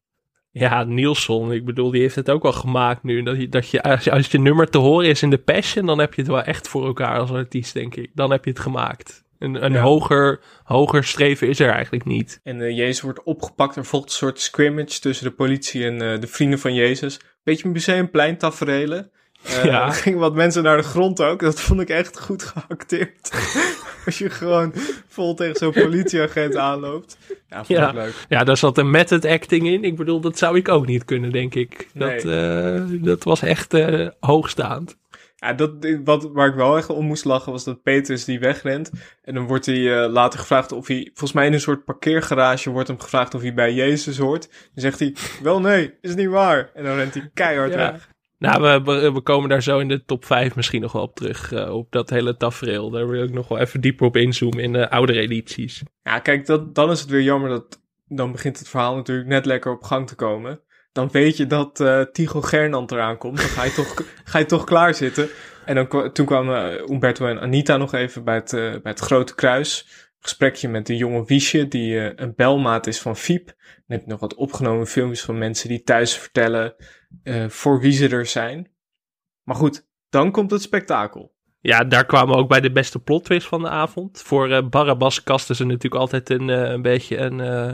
Speaker 4: Ja, Nielsen, ik bedoel, die heeft het ook wel gemaakt nu. Dat je, dat je, als, je, als je nummer te horen is in de Passion, dan heb je het wel echt voor elkaar als artiest, denk ik. Dan heb je het gemaakt. Een, een ja. hoger, hoger streven is er eigenlijk niet.
Speaker 3: En uh, Jezus wordt opgepakt. Er volgt een soort scrimmage tussen de politie en uh, de vrienden van Jezus. Beetje Museumplein taferelen. Uh, ja. Er gingen wat mensen naar de grond ook. Dat vond ik echt goed geacteerd. Als je gewoon vol tegen zo'n politieagent aanloopt. Ja, vond
Speaker 4: ja.
Speaker 3: ik leuk.
Speaker 4: Ja, daar zat een method acting in. Ik bedoel, dat zou ik ook niet kunnen, denk ik. Dat, nee. uh, dat was echt uh, hoogstaand.
Speaker 3: Ja, dat, wat, waar ik wel echt om moest lachen was dat Petrus die wegrent. En dan wordt hij uh, later gevraagd of hij... Volgens mij in een soort parkeergarage wordt hem gevraagd of hij bij Jezus hoort. Dan zegt hij, wel nee, is niet waar. En dan rent hij keihard ja. weg.
Speaker 4: Nou, we, we komen daar zo in de top vijf misschien nog wel op terug, uh, op dat hele tafereel. Daar wil ik nog wel even dieper op inzoomen in de oudere edities.
Speaker 3: Ja, kijk, dat, dan is het weer jammer dat... Dan begint het verhaal natuurlijk net lekker op gang te komen. Dan weet je dat uh, Tycho Gernand eraan komt. Dan ga je toch, ga je toch klaarzitten. En dan, toen kwamen uh, Umberto en Anita nog even bij het, uh, bij het Grote Kruis. Gesprekje met de jonge Wiesje, die uh, een belmaat is van Fiep. Dan heb je nog wat opgenomen filmpjes van mensen die thuis vertellen uh, voor wie ze er zijn. Maar goed, dan komt het spektakel.
Speaker 4: Ja, daar kwamen we ook bij de beste plot twist van de avond. Voor uh, Barabbas kasten ze natuurlijk altijd een, uh, een beetje een, uh,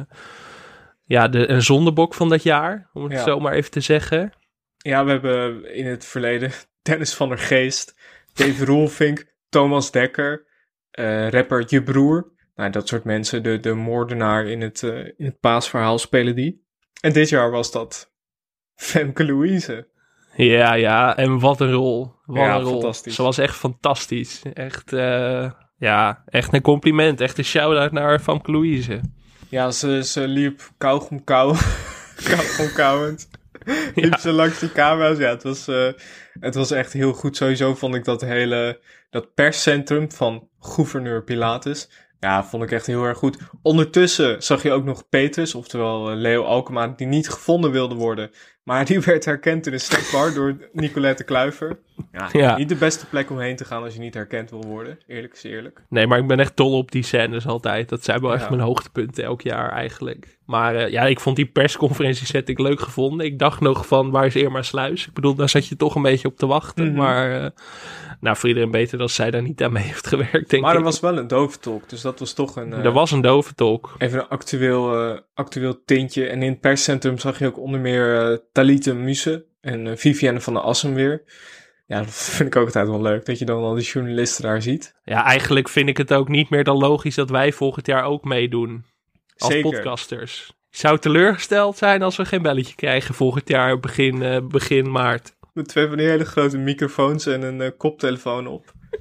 Speaker 4: ja, de, een zondebok van dat jaar, om het ja. zo maar even te zeggen.
Speaker 3: Ja, we hebben in het verleden Dennis van der Geest, Dave Roelvink, Thomas Dekker, uh, rapper Je Broer. Nou, dat soort mensen, de, de moordenaar in het, uh, in het paasverhaal spelen die. En dit jaar was dat Femke Louise.
Speaker 4: Ja, ja, en wat een rol. Wat
Speaker 3: ja,
Speaker 4: een rol.
Speaker 3: Fantastisch.
Speaker 4: Ze was echt fantastisch. Echt, uh, ja, echt een compliment. Echt een shout-out naar Femke Louise.
Speaker 3: Ja, ze, ze liep kauwgom kauw. kauwgom kauwend. Liep ja. ze langs die camera's. Ja, het was, uh, het was echt heel goed. Sowieso vond ik dat hele, dat perscentrum van gouverneur Pilatus, ja, vond ik echt heel erg goed. Ondertussen zag je ook nog Petrus, oftewel uh, Leo Alkema, die niet gevonden wilde worden. Maar die werd herkend in een snackbar door Nicolette Kluiver. Ja, ja, niet de beste plek om heen te gaan als je niet herkend wil worden. Eerlijk is eerlijk.
Speaker 4: Nee, maar ik ben echt dol op die scènes altijd. Dat zijn wel echt ja. mijn hoogtepunten elk jaar eigenlijk. Maar uh, ja, ik vond die persconferentie set ik leuk gevonden. Ik dacht nog van, waar is Irma Sluis? Ik bedoel, daar zat je toch een beetje op te wachten. Mm-hmm. Maar uh, nou, voor iedereen beter dat zij daar niet aan mee heeft gewerkt, denk
Speaker 3: maar
Speaker 4: ik.
Speaker 3: er was wel een doventolk, dus dat was toch een... Uh,
Speaker 4: er was een doventolk.
Speaker 3: Even een actueel, uh, actueel tintje. En in het perscentrum zag je ook onder meer uh, Talita Muse en uh, Vivienne van der Assen weer. Ja, dat vind ik ook altijd wel leuk, dat je dan al die journalisten daar ziet.
Speaker 4: Ja, eigenlijk vind ik het ook niet meer dan logisch dat wij volgend jaar ook meedoen. Als Zeker. podcasters. Ik zou teleurgesteld zijn als we geen belletje krijgen volgend jaar begin, uh, begin maart.
Speaker 3: Met twee van die hele grote microfoons en een uh, koptelefoon op.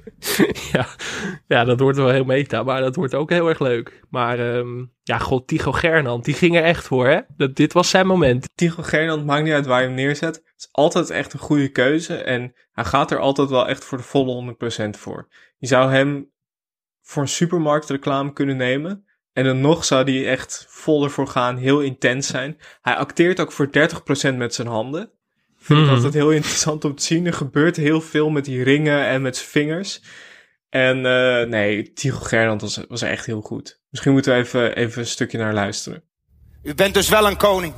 Speaker 4: ja, ja, dat wordt wel heel meta, maar dat wordt ook heel erg leuk. Maar um, ja, god, Tycho Gernand, die ging er echt voor, hè? Dat, dit was zijn moment.
Speaker 3: Tycho Gernand, maakt niet uit waar je hem neerzet. Het is altijd echt een goede keuze en hij gaat er altijd wel echt voor de volle honderd procent voor. Je zou hem voor een supermarktreclame kunnen nemen en dan nog zou hij echt vol ervoor gaan, heel intens zijn. Hij acteert ook voor dertig procent met zijn handen. Ik vind
Speaker 4: Hmm.
Speaker 3: het altijd heel interessant om te zien. Er gebeurt heel veel met die ringen en met zijn vingers. En uh, nee, Tycho Gernand was, was echt heel goed. Misschien moeten we even, even een stukje naar luisteren.
Speaker 10: U bent dus wel een koning.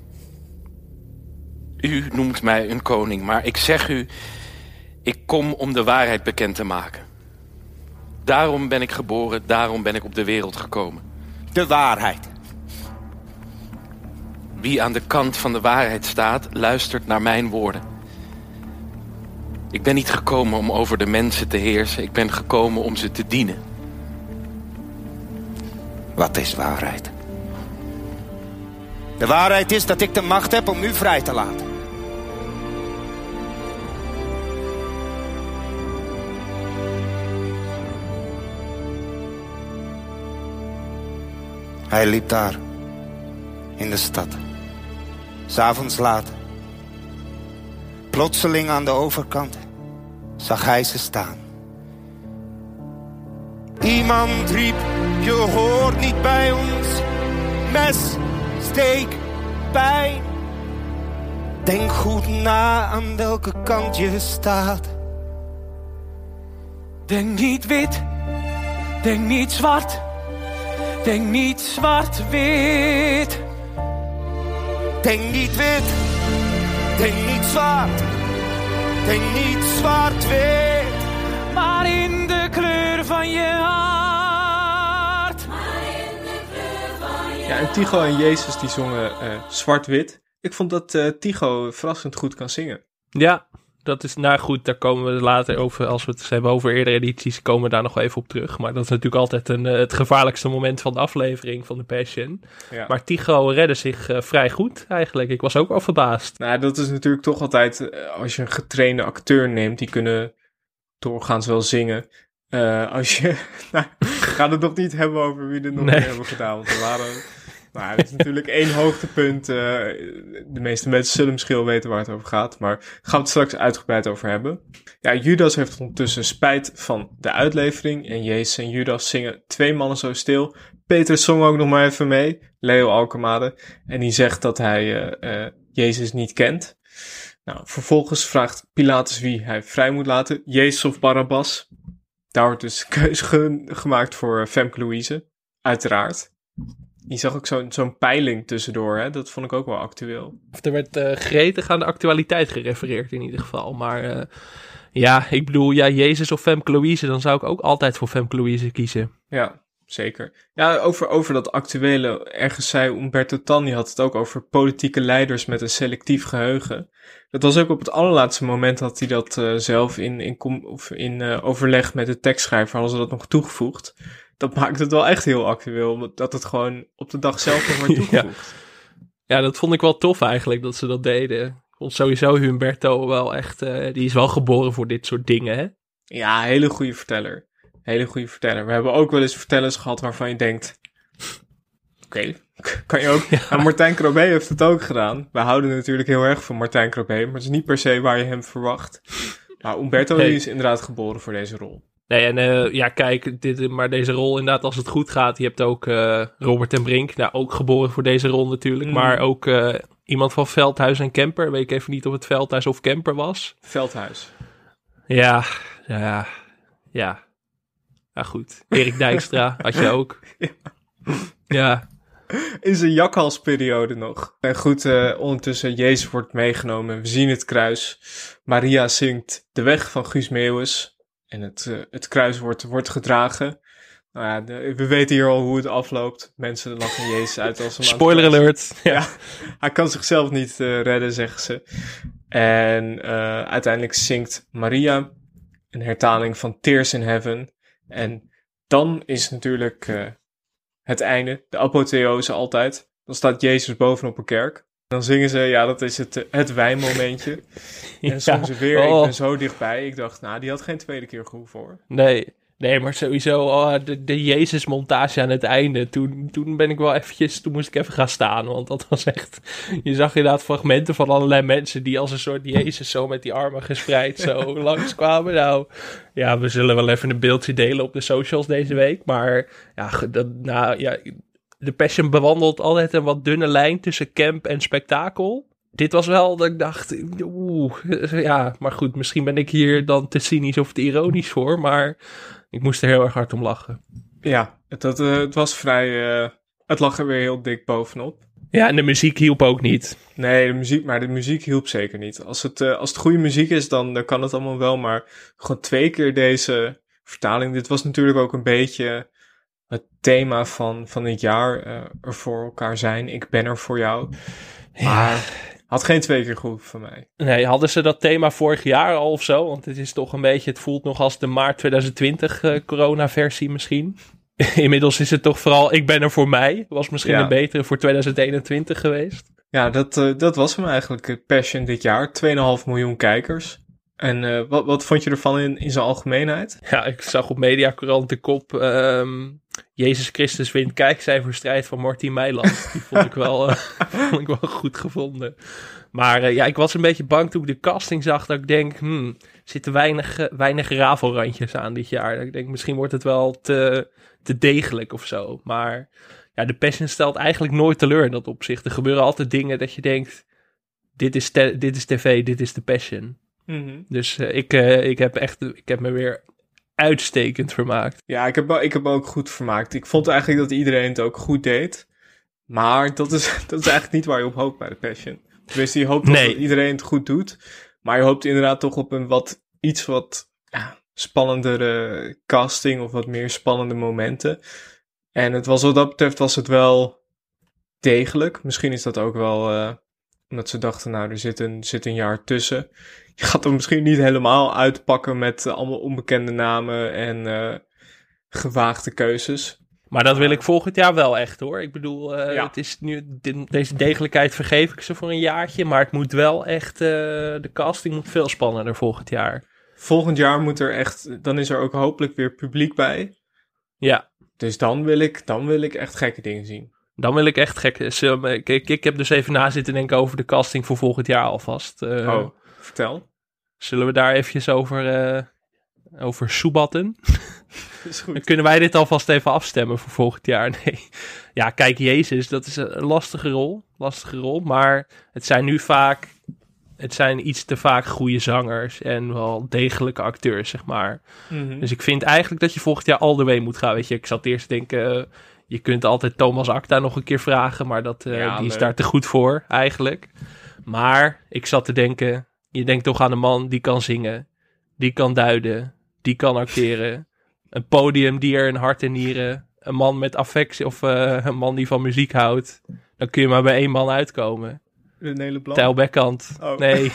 Speaker 10: U noemt mij een koning, maar ik zeg u, ik kom om de waarheid bekend te maken. Daarom ben ik geboren, daarom ben ik op de wereld gekomen. De waarheid. Wie aan de kant van de waarheid staat, luistert naar mijn woorden. Ik ben niet gekomen om over de mensen te heersen. Ik ben gekomen om ze te dienen. Wat is waarheid? De waarheid is dat ik de macht heb om u vrij te laten. Hij liep daar, in de stad. 'S Avonds laat. Plotseling aan de overkant zag hij ze staan. Iemand riep, je hoort niet bij ons. Mes, steek, pijn. Denk goed na aan welke kant je staat.
Speaker 6: Denk niet wit, denk niet zwart. Denk niet zwart-wit.
Speaker 10: Denk niet wit, denk niet zwart. Denk niet zwart-wit.
Speaker 6: Maar in de kleur van je hart.
Speaker 3: Ja, en Tycho en Jezus die zongen uh, zwart-wit. Ik vond dat uh, Tycho verrassend goed kan zingen.
Speaker 4: Ja, dat is, nou goed, daar komen we later over, als we het hebben over eerdere edities, komen we daar nog wel even op terug. Maar dat is natuurlijk altijd een, uh, het gevaarlijkste moment van de aflevering van The Passion. Ja. Maar Tycho redde zich uh, vrij goed eigenlijk. Ik was ook wel verbaasd.
Speaker 3: Nou, dat is natuurlijk toch altijd, uh, als je een getrainde acteur neemt, die kunnen doorgaans wel zingen. Uh, als je, nou, we gaan het nog niet hebben over wie er nog nee. meer hebben gedaan, want er waren... Nou, dat is natuurlijk één hoogtepunt. Uh, de meeste mensen zullen misschien wel weten waar het over gaat. Maar daar gaan we het straks uitgebreid over hebben. Ja, Judas heeft ondertussen spijt van de uitlevering. En Jezus en Judas zingen Twee mannen zo stil. Petrus zong ook nog maar even mee. Leo Alkemade. En die zegt dat hij uh, uh, Jezus niet kent. Nou, vervolgens vraagt Pilatus wie hij vrij moet laten. Jezus of Barabbas. Daar wordt dus keuze ge- gemaakt voor Femke Louise. Uiteraard. Je zag ook zo'n, zo'n peiling tussendoor, hè? Dat vond ik ook wel actueel.
Speaker 4: Of er werd uh, gretig aan de actualiteit gerefereerd in ieder geval. Maar uh, ja, ik bedoel, ja, Jezus of Femke Louise, dan zou ik ook altijd voor Femke Louise kiezen.
Speaker 3: Ja, zeker. Ja, over, over dat actuele, ergens zei Umberto Tanni had het ook over politieke leiders met een selectief geheugen. Dat was ook op het allerlaatste moment dat hij dat uh, zelf in, in, com- of in uh, overleg met de tekstschrijver hadden ze dat nog toegevoegd. Dat maakt het wel echt heel actueel, dat het gewoon op de dag zelf nog wordt toegevoegd.
Speaker 4: Ja. ja, dat vond ik wel tof eigenlijk, dat ze dat deden. Ik vond sowieso Humberto wel echt, uh, die is wel geboren voor dit soort dingen, hè?
Speaker 3: Ja, hele goede verteller. Hele goede verteller. We hebben ook wel eens vertellers gehad waarvan je denkt... Oké, okay, kan je ook... Ja. En Martijn Krobé heeft het ook gedaan. We houden natuurlijk heel erg van Martijn Krobé, maar het is niet per se waar je hem verwacht. Maar Umberto nee. is inderdaad geboren voor deze rol.
Speaker 4: Nee, en uh, ja, kijk, dit, maar deze rol inderdaad, als het goed gaat, je hebt ook uh, Robert ten Brink, nou, ook geboren voor deze rol natuurlijk, mm. maar ook uh, iemand van Veldhuis en Kemper, weet ik even niet of het Veldhuis of Kemper was.
Speaker 3: Veldhuis.
Speaker 4: Ja, ja, ja. Ja, goed. Erik Dijkstra had je ook. Ja. ja.
Speaker 3: In zijn jakhalsperiode nog. En goed, uh, ondertussen, Jezus wordt meegenomen, we zien het kruis. Maria zingt De Weg van Guus Meeuwis. En het, uh, het kruis wordt, wordt gedragen. Nou ja, de, we weten hier al hoe het afloopt. Mensen lachen Jezus uit als een
Speaker 4: spoiler alert.
Speaker 3: Ja. ja, hij kan zichzelf niet uh, redden, zeggen ze. En uh, uiteindelijk zingt Maria een hertaling van Tears in Heaven. En dan is natuurlijk uh, het einde, de apotheose altijd. Dan staat Jezus bovenop een kerk. Dan zingen ze, ja, dat is het, het wijnmomentje. En
Speaker 4: Ja,
Speaker 3: zongen ze weer,
Speaker 4: oh.
Speaker 3: ik ben zo dichtbij. Ik dacht, nou, die had geen tweede keer gehoeven hoor.
Speaker 4: Nee, nee, maar sowieso oh, de, de Jezus-montage aan het einde. Toen, toen ben ik wel eventjes, toen moest ik even gaan staan. Want dat was echt, je zag inderdaad fragmenten van allerlei mensen die als een soort Jezus zo met die armen gespreid zo langskwamen. Nou, ja, we zullen wel even een beeldje delen op de socials deze week. Maar ja, dat, nou ja, de Passion bewandelt altijd een wat dunne lijn tussen camp en spektakel. Dit was wel dat ik dacht, oeh, ja, maar goed, misschien ben ik hier dan te cynisch of te ironisch voor, maar ik moest er heel erg hard om lachen.
Speaker 3: Ja, het, het, uh, het was vrij, uh, het lag er weer heel dik bovenop.
Speaker 4: Ja, en de muziek hielp ook niet.
Speaker 3: Nee, de muziek, maar de muziek hielp zeker niet. Als het, uh, als het goede muziek is, dan, dan kan het allemaal wel, maar gewoon twee keer deze vertaling. Dit was natuurlijk ook een beetje het thema van, van het jaar, uh, er voor elkaar zijn. Ik ben er voor jou. Maar
Speaker 4: Ja.
Speaker 3: had geen twee keer goed van mij.
Speaker 4: Nee, hadden ze dat thema vorig jaar al of zo? Want het is toch een beetje, het voelt nog als de maart twintig twintig uh, corona-versie misschien. Inmiddels is het toch vooral, ik ben er voor mij. Was misschien
Speaker 3: Ja.
Speaker 4: een betere voor twintig eenentwintig geweest.
Speaker 3: Ja, dat, uh, dat was hem eigenlijk, uh, Passion dit jaar. twee komma vijf miljoen kijkers. En uh, wat, wat vond je ervan in, in zijn algemeenheid?
Speaker 4: Ja, ik zag op Mediacourant de kop, um, Jezus Christus wint kijkcijferstrijd van Martien Meiland. Die vond ik wel, uh, vond ik wel goed gevonden. Maar uh, ja, ik was een beetje bang toen ik de casting zag, dat ik denk, hmm, er zitten weinig, uh, weinig rafelrandjes aan dit jaar. Dat ik denk, misschien wordt het wel te, te degelijk of zo. Maar ja, de Passion stelt eigenlijk nooit teleur in dat opzicht. Er gebeuren altijd dingen dat je denkt, dit is, te, dit is tv, dit is de Passion.
Speaker 3: Mm-hmm.
Speaker 4: Dus uh, ik, uh, ik heb echt, ik heb me weer uitstekend vermaakt.
Speaker 3: Ja, ik heb, ik heb me ook goed vermaakt. Ik vond eigenlijk dat iedereen het ook goed deed. Maar dat is, dat is eigenlijk niet waar je op hoopt bij de Passion. Tenminste, je hoopt
Speaker 4: Nee.
Speaker 3: dat iedereen het goed doet. Maar je hoopt inderdaad toch op een wat, iets wat ja, spannendere casting of wat meer spannende momenten. En het was, wat dat betreft was het wel degelijk. Misschien is dat ook wel uh, omdat ze dachten, nou, er zit een, zit een jaar tussen. Je gaat er misschien niet helemaal uitpakken met uh, allemaal onbekende namen en uh, gewaagde keuzes.
Speaker 4: Maar dat wil ik volgend jaar wel echt hoor. Ik bedoel, uh,
Speaker 3: Ja.
Speaker 4: het is nu, de, deze degelijkheid vergeef ik ze voor een jaartje. Maar het moet wel echt, uh, de casting moet veel spannender volgend jaar.
Speaker 3: Volgend jaar moet er echt, dan is er ook hopelijk weer publiek bij.
Speaker 4: Ja,
Speaker 3: Dus dan wil ik, dan wil ik echt gekke dingen zien.
Speaker 4: dan wil ik echt gek. Ik, ik, ik heb dus even na zitten denken over de casting voor volgend jaar alvast. Uh,
Speaker 3: Oh, vertel.
Speaker 4: Zullen we daar eventjes over, uh, over soebatten?
Speaker 3: Is goed.
Speaker 4: Dan kunnen wij dit alvast even afstemmen voor volgend jaar. Nee. Ja, kijk, Jezus, dat is een lastige rol. Lastige rol, maar het zijn nu vaak, het zijn iets te vaak goede zangers en wel degelijke acteurs, zeg maar.
Speaker 3: Mm-hmm.
Speaker 4: Dus ik vind eigenlijk dat je volgend jaar all the way moet gaan. Weet je, ik zat eerst te denken, uh, je kunt altijd Thomas Acta nog een keer vragen, maar dat, uh,
Speaker 3: Ja,
Speaker 4: die is
Speaker 3: leuk.
Speaker 4: daar te goed voor, eigenlijk. Maar ik zat te denken, je denkt toch aan een man die kan zingen, die kan duiden, die kan acteren. Een podium, die er een hart en nieren. Een man met affectie of uh, een man die van muziek houdt. Dan kun je maar bij één man uitkomen.
Speaker 3: René Leblanc.
Speaker 4: Tijl Bekkant.
Speaker 3: Oh.
Speaker 4: Nee.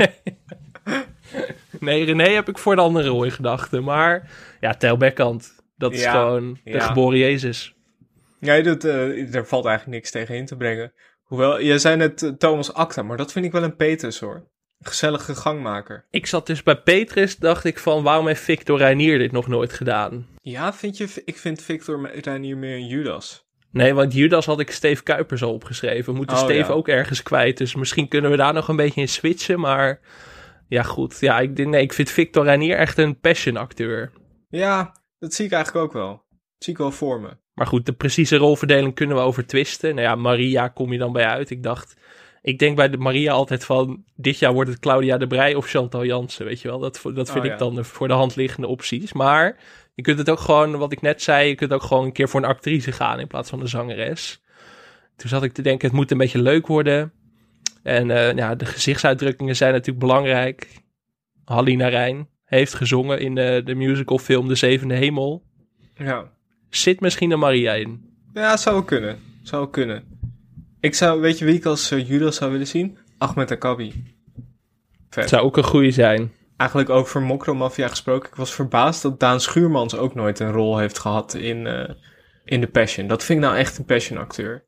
Speaker 4: Nee, René heb ik voor de andere rol in gedachten. Maar ja, Tijl Bekkant. Dat is
Speaker 3: Ja,
Speaker 4: gewoon de
Speaker 3: ja.
Speaker 4: geboren Jezus.
Speaker 3: Ja, je doet, uh, er valt eigenlijk niks tegen in te brengen. Hoewel, jij zei net uh, Thomas Acta, maar dat vind ik wel een Petrus hoor. Een gezellige gangmaker.
Speaker 4: Ik zat dus bij Petrus, dacht ik van, waarom heeft Victor Reinier dit nog nooit gedaan?
Speaker 3: Ja, vind je, ik vind Victor Reinier meer een Judas.
Speaker 4: Nee, want Judas had ik Steve Kuipers al opgeschreven. We moeten
Speaker 3: Oh,
Speaker 4: Steve
Speaker 3: ja.
Speaker 4: ook ergens kwijt. Dus misschien kunnen we daar nog een beetje in switchen. Maar ja, goed. Ja, ik, denk- nee, ik vind Victor Reinier echt een passion acteur.
Speaker 3: Ja, dat zie ik eigenlijk ook wel. Dat zie ik wel voor me.
Speaker 4: Maar goed, de precieze rolverdeling kunnen we over twisten. Nou ja, Maria kom je dan bij uit. Ik dacht, ik denk bij de Maria altijd van, dit jaar wordt het Claudia de Breij of Chantal Jansen, weet je wel. Dat, dat vind
Speaker 3: Oh,
Speaker 4: ik
Speaker 3: ja.
Speaker 4: dan de voor de hand liggende opties. Maar je kunt het ook gewoon, wat ik net zei, je kunt ook gewoon een keer voor een actrice gaan in plaats van een zangeres. Toen zat ik te denken, het moet een beetje leuk worden. En uh, ja, de gezichtsuitdrukkingen zijn natuurlijk belangrijk. Halina Rijn heeft gezongen in de, de musicalfilm De Zevende Hemel.
Speaker 3: Ja.
Speaker 4: Zit misschien een Maria in?
Speaker 3: Ja, zou wel kunnen. Zou wel kunnen. Ik zou, weet je wie ik als uh, Judas zou willen zien? Ahmed Akabi. Vet.
Speaker 4: Zou ook een goeie zijn.
Speaker 3: Eigenlijk over Mokromafia gesproken. Ik was verbaasd dat Daan Schuurmans ook nooit een rol heeft gehad in, uh, in The Passion. Dat vind ik nou echt een Passion acteur.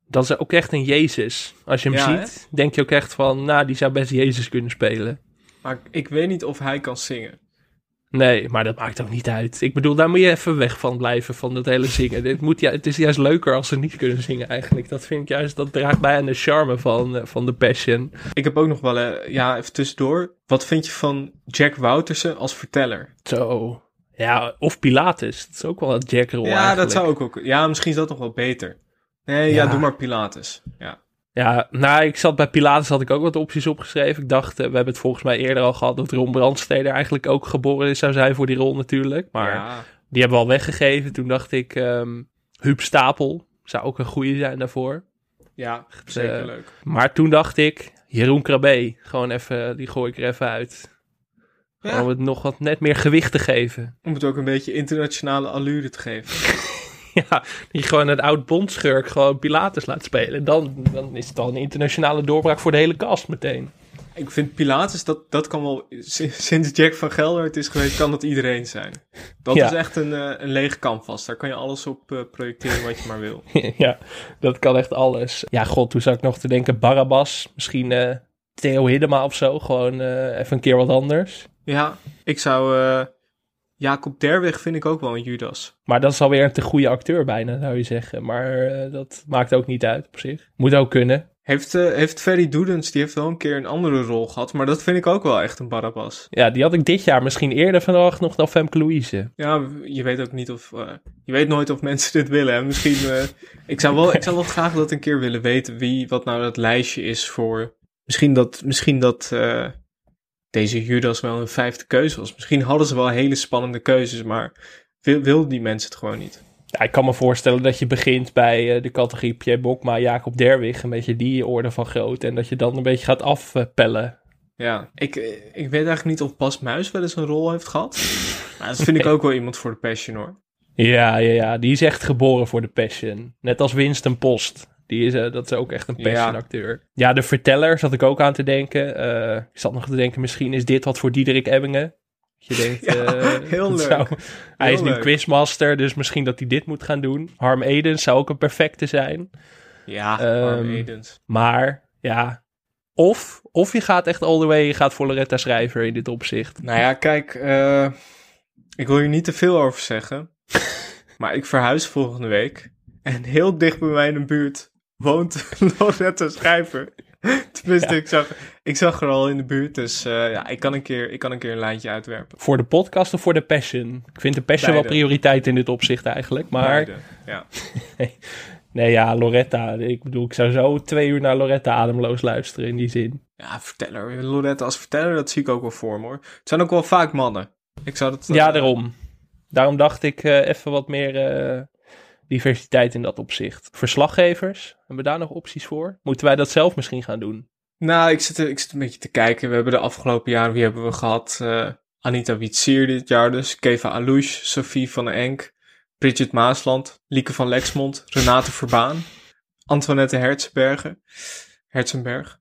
Speaker 4: Dat is ook echt een Jezus. Als je hem
Speaker 3: Ja,
Speaker 4: ziet, hè? Denk je ook echt van, nou, die zou best Jezus kunnen spelen.
Speaker 3: Maar ik weet niet of hij kan zingen.
Speaker 4: Nee, maar dat maakt ook niet uit. Ik bedoel, daar moet je even weg van blijven, van dat hele zingen. Dit moet, ja, het is juist leuker als ze niet kunnen zingen eigenlijk. Dat vind ik juist, dat draagt bij aan de charme van, uh, van de Passion.
Speaker 3: Ik heb ook nog wel, uh, ja, even tussendoor. Wat vind je van Jack Woutersen als verteller?
Speaker 4: Zo, ja, of Pilatus. Dat is ook wel een Jack-rol
Speaker 3: Ja,
Speaker 4: eigenlijk.
Speaker 3: dat zou ook, ook... Ja, misschien is dat nog wel beter. Nee, ja,
Speaker 4: Ja.
Speaker 3: doe maar Pilatus. Ja.
Speaker 4: Ja, nou, ik zat bij Pilatus, had ik ook wat opties opgeschreven. Ik dacht, uh, we hebben het volgens mij eerder al gehad, dat Ron Brandsteder eigenlijk ook geboren is, zou zijn voor die rol natuurlijk. Maar
Speaker 3: Ja.
Speaker 4: die hebben we al weggegeven. Toen dacht ik, um, Huub Stapel zou ook een goeie zijn daarvoor.
Speaker 3: Ja, zeker
Speaker 4: Uh,
Speaker 3: leuk.
Speaker 4: Maar toen dacht ik, Jeroen Krabbe, gewoon even, die gooi ik er even uit.
Speaker 3: Ja.
Speaker 4: Om het nog wat net meer gewicht te geven.
Speaker 3: Om het ook een beetje internationale allure te geven.
Speaker 4: Ja, die gewoon een oud bondschurk gewoon Pilatus laat spelen. Dan, dan is het al een internationale doorbraak voor de hele cast meteen.
Speaker 3: Ik vind Pilatus, dat, dat kan wel... Sinds Jack van Gelder het is geweest, kan dat iedereen zijn. Dat
Speaker 4: Ja.
Speaker 3: is echt een, uh, een lege canvas. Daar kan je alles op uh, projecteren wat je maar wil.
Speaker 4: Ja, dat kan echt alles. Ja, god, toen zat ik nog te denken, Barabbas. Misschien uh, Theo Hiddema of zo. Gewoon uh, even een keer wat anders.
Speaker 3: Ja, ik zou... Uh, Jacob Derwig vind ik ook wel een Judas.
Speaker 4: Maar dat is alweer een te goede acteur bijna, zou je zeggen. Maar uh, dat maakt ook niet uit op zich. Moet ook kunnen.
Speaker 3: Heeft, uh, heeft Ferry Doedens, die heeft wel een keer een andere rol gehad. Maar dat vind ik ook wel echt een Barabbas.
Speaker 4: Ja, die had ik dit jaar misschien eerder vandaag nog dan Femke Louise.
Speaker 3: Ja, je weet ook niet of... Uh, je weet nooit of mensen dit willen. Hè? Misschien... Uh, ik, zou wel, ik zou wel graag dat een keer willen weten wie... Wat nou dat lijstje is voor... Misschien dat... Misschien dat uh, deze Judas wel een vijfde keuze was. Misschien hadden ze wel hele spannende keuzes. Maar wil, wilden die mensen het gewoon niet.
Speaker 4: Ja, ik kan me voorstellen dat je begint bij uh, de categorie Pierre Bokma, Jacob Derwig, een beetje die orde van grootte. En dat je dan een beetje gaat afpellen.
Speaker 3: Ja, ik, ik weet eigenlijk niet of Bas Muis wel eens een rol heeft gehad. Maar dat vind nee. ik ook wel iemand voor de Passion, hoor.
Speaker 4: Ja, ja, ja, die is echt geboren voor de Passion. Net als Winston Post. Die is, uh, dat is ook echt een Passion-acteur. Ja. ja, de verteller zat ik ook aan te denken. Uh, ik zat nog te denken, misschien is dit wat voor Diederik Ebbingen. Je denkt,
Speaker 3: ja,
Speaker 4: uh,
Speaker 3: heel leuk.
Speaker 4: Zou,
Speaker 3: heel
Speaker 4: hij is nu
Speaker 3: leuk.
Speaker 4: quizmaster, dus misschien dat hij dit moet gaan doen. Harm Edens zou ook een perfecte zijn.
Speaker 3: Ja,
Speaker 4: um,
Speaker 3: Harm Edens.
Speaker 4: Maar, ja... Of, of je gaat echt all the way, je gaat voor Loretta Schrijver in dit opzicht.
Speaker 3: Nou ja, kijk, uh, ik wil hier niet te veel over zeggen. Maar ik verhuis volgende week. En heel dicht bij mij in de buurt woont Loretta Schrijver. Tenminste, ja. ik, zag, ik zag haar al in de buurt. Dus uh, ja, ik kan, een keer, ik kan een keer een lijntje uitwerpen.
Speaker 4: Voor de podcast of voor de Passion? Ik vind de Passion Beide. wel prioriteit in dit opzicht eigenlijk. Maar...
Speaker 3: Beide, ja.
Speaker 4: nee, nee, ja, Loretta. Ik bedoel, ik zou zo twee uur naar Loretta ademloos luisteren in die zin.
Speaker 3: Ja, verteller. Loretta als verteller, dat zie ik ook wel voor me, hoor. Het zijn ook wel vaak mannen. Ik zou dat... Uh,
Speaker 4: ja, daarom. Daarom dacht ik uh, even wat meer... Uh, diversiteit in dat opzicht. Verslaggevers, hebben we daar nog opties voor? Moeten wij dat zelf misschien gaan doen?
Speaker 3: Nou, ik zit, ik zit een beetje te kijken. We hebben de afgelopen jaren, wie hebben we gehad? Uh, Anita Witsier dit jaar dus, Keva Alouche, Sophie van den Enk, Bridget Maasland, Lieke van Lexmond, Renate Verbaan, Antoinette Herzenbergen, Herzenberg.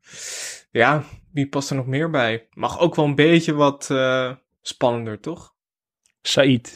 Speaker 3: Ja, wie past er nog meer bij? Mag ook wel een beetje wat uh, spannender, toch?
Speaker 4: Said.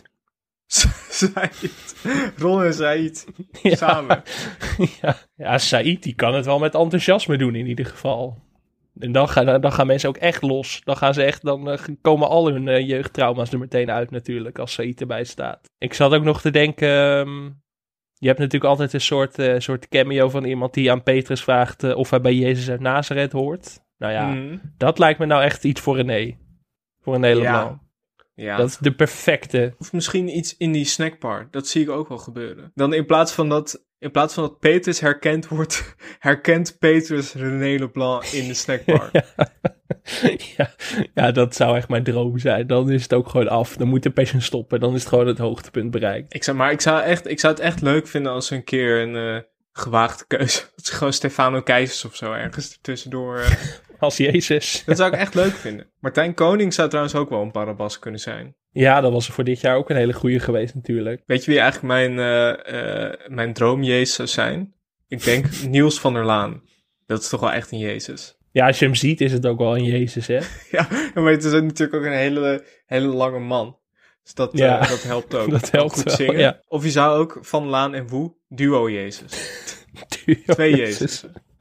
Speaker 3: Said. Ron en Said. Ja. Samen.
Speaker 4: Ja. ja, Said die kan het wel met enthousiasme doen in ieder geval. En dan gaan, dan gaan mensen ook echt los. Dan gaan ze echt, dan uh, komen al hun uh, jeugdtrauma's er meteen uit natuurlijk, als Said erbij staat. Ik zat ook nog te denken, um, je hebt natuurlijk altijd een soort, uh, soort cameo van iemand die aan Petrus vraagt uh, of hij bij Jezus uit Nazareth hoort. Nou ja, mm. dat lijkt me nou echt iets voor René. Voor René Leblanc. Ja. Ja. Dat is de perfecte.
Speaker 3: Of misschien iets in die snackbar. Dat zie ik ook wel gebeuren. Dan in plaats van dat, in plaats van dat Petrus herkend wordt, herkent Petrus René Leblanc in de snackbar.
Speaker 4: Ja. Ja, ja, dat zou echt mijn droom zijn. Dan is het ook gewoon af. Dan moet de Passion stoppen. Dan is het gewoon het hoogtepunt bereikt.
Speaker 3: Ik zou, maar ik zou, echt, ik zou het echt leuk vinden als ze een keer een uh, gewaagde keuze... Dat ze gewoon Stefano Keizers of zo ergens tussendoor... Uh,
Speaker 4: als Jezus.
Speaker 3: Dat zou ik echt leuk vinden. Martijn Koning zou trouwens ook wel een Barabbas kunnen zijn.
Speaker 4: Ja, dat was er voor dit jaar ook een hele goeie geweest natuurlijk.
Speaker 3: Weet je wie eigenlijk mijn, uh, uh, mijn droom-Jezus zou zijn? Ik denk Niels van der Laan. Dat is toch wel echt een Jezus.
Speaker 4: Ja, als je hem ziet is het ook wel een Jezus, hè?
Speaker 3: Ja, maar het is natuurlijk ook een hele, hele lange man. Dus dat, ja, uh, dat helpt ook.
Speaker 4: Dat helpt
Speaker 3: goed
Speaker 4: wel,
Speaker 3: zingen.
Speaker 4: Ja.
Speaker 3: Of je zou ook Van Laan en Woe duo Jezus. Twee Jezus.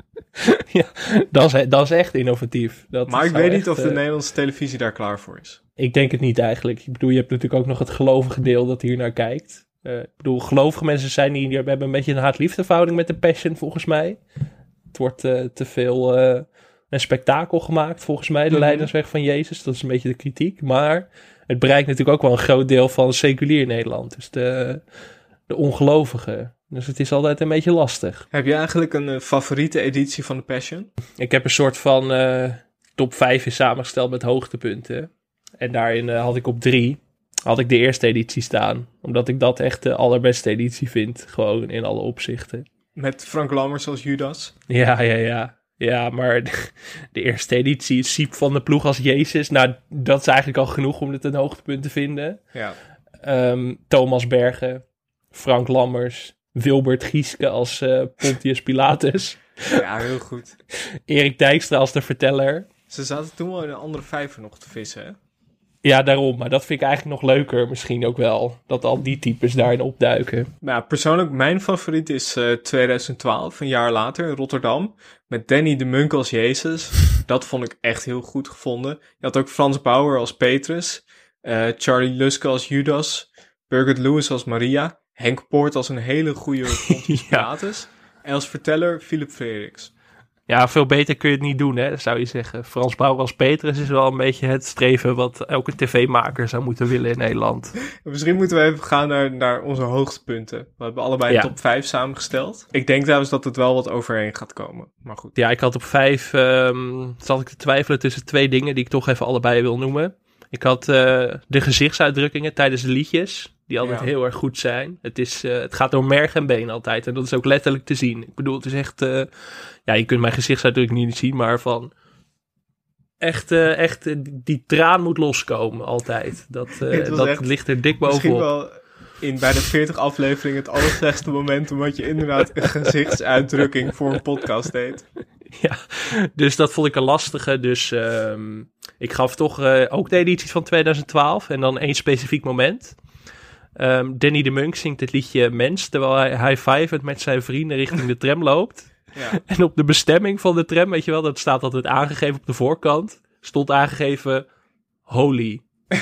Speaker 4: Ja, dat is, dat is echt innovatief. Dat
Speaker 3: maar ik weet niet
Speaker 4: echt,
Speaker 3: of de
Speaker 4: uh,
Speaker 3: Nederlandse televisie daar klaar voor is.
Speaker 4: Ik denk het niet eigenlijk. Ik bedoel, je hebt natuurlijk ook nog het gelovige deel dat hier naar kijkt. Uh, ik bedoel, gelovige mensen zijn die, die hebben een beetje een haat-liefdeverhouding met de Passion, volgens mij. Het wordt uh, te veel uh, een spektakel gemaakt, volgens mij, de mm-hmm. Lijdensweg van Jezus. Dat is een beetje de kritiek. Maar het bereikt natuurlijk ook wel een groot deel van seculier Nederland. Dus de, de ongelovigen. Dus het is altijd een beetje lastig.
Speaker 3: Heb je eigenlijk een uh, favoriete editie van de Passion?
Speaker 4: Ik heb een soort van uh, top vijf samengesteld met hoogtepunten. En daarin uh, had ik op drie, had ik de eerste editie staan. Omdat ik dat echt de allerbeste editie vind. Gewoon in alle opzichten.
Speaker 3: Met Frank Lammers als Judas?
Speaker 4: Ja, ja, ja. Ja, maar de, de eerste editie, Siep van de Ploeg als Jezus. Nou, dat is eigenlijk al genoeg om het een hoogtepunt te vinden.
Speaker 3: Ja.
Speaker 4: Um, Thomas Bergen, Frank Lammers, Wilbert Gieske als uh, Pontius Pilatus.
Speaker 3: Ja, heel goed.
Speaker 4: Erik Dijkstra als de verteller.
Speaker 3: Ze zaten toen wel in een andere vijver nog te vissen, hè?
Speaker 4: Ja, daarom. Maar dat vind ik eigenlijk nog leuker misschien ook wel. Dat al die types daarin opduiken.
Speaker 3: Nou, persoonlijk mijn favoriet is uh, twintig twaalf, een jaar later, in Rotterdam. Met Danny de Munk als Jezus. Dat vond ik echt heel goed gevonden. Je had ook Frans Bauer als Petrus. Uh, Charlie Luske als Judas. Birgit Lewis als Maria. Henk Poort als een hele goede Pontius Pilatus. En als verteller Philip Frederiks.
Speaker 4: Ja, veel beter kun je het niet doen, hè, zou je zeggen. Frans Bauer als Petrus is wel een beetje het streven wat elke tv-maker zou moeten willen in Nederland.
Speaker 3: Misschien moeten we even gaan naar, naar onze hoogtepunten. We hebben allebei
Speaker 4: ja.
Speaker 3: een top vijf samengesteld. Ik denk trouwens dat het wel wat overheen gaat komen, maar goed.
Speaker 4: Ja, ik had op vijf, um, zat ik te twijfelen tussen twee dingen die ik toch even allebei wil noemen. Ik had uh, de gezichtsuitdrukkingen tijdens de liedjes, die altijd ja. heel erg goed zijn. Het, is, uh, het gaat door merg en been altijd en dat is ook letterlijk te zien. Ik bedoel, het is echt... Uh, ja, je kunt mijn gezichtsuitdrukking niet zien, maar van... Echt, uh, echt uh, die traan moet loskomen altijd. Dat, uh, dat echt, ligt er dik bovenop.
Speaker 3: Misschien wel in bijna veertig afleveringen het allerslechtste moment... omdat je inderdaad een gezichtsuitdrukking voor een podcast deed.
Speaker 4: Ja, dus dat vond ik een lastige. Dus um, ik gaf toch uh, ook de editie van twintig twaalf en dan één specifiek moment... Um, Danny de Munk zingt het liedje Mens, terwijl hij high-fivend met zijn vrienden richting de tram loopt.
Speaker 3: Ja.
Speaker 4: En op de bestemming van de tram, weet je wel, dat staat altijd aangegeven op de voorkant, stond aangegeven Holy.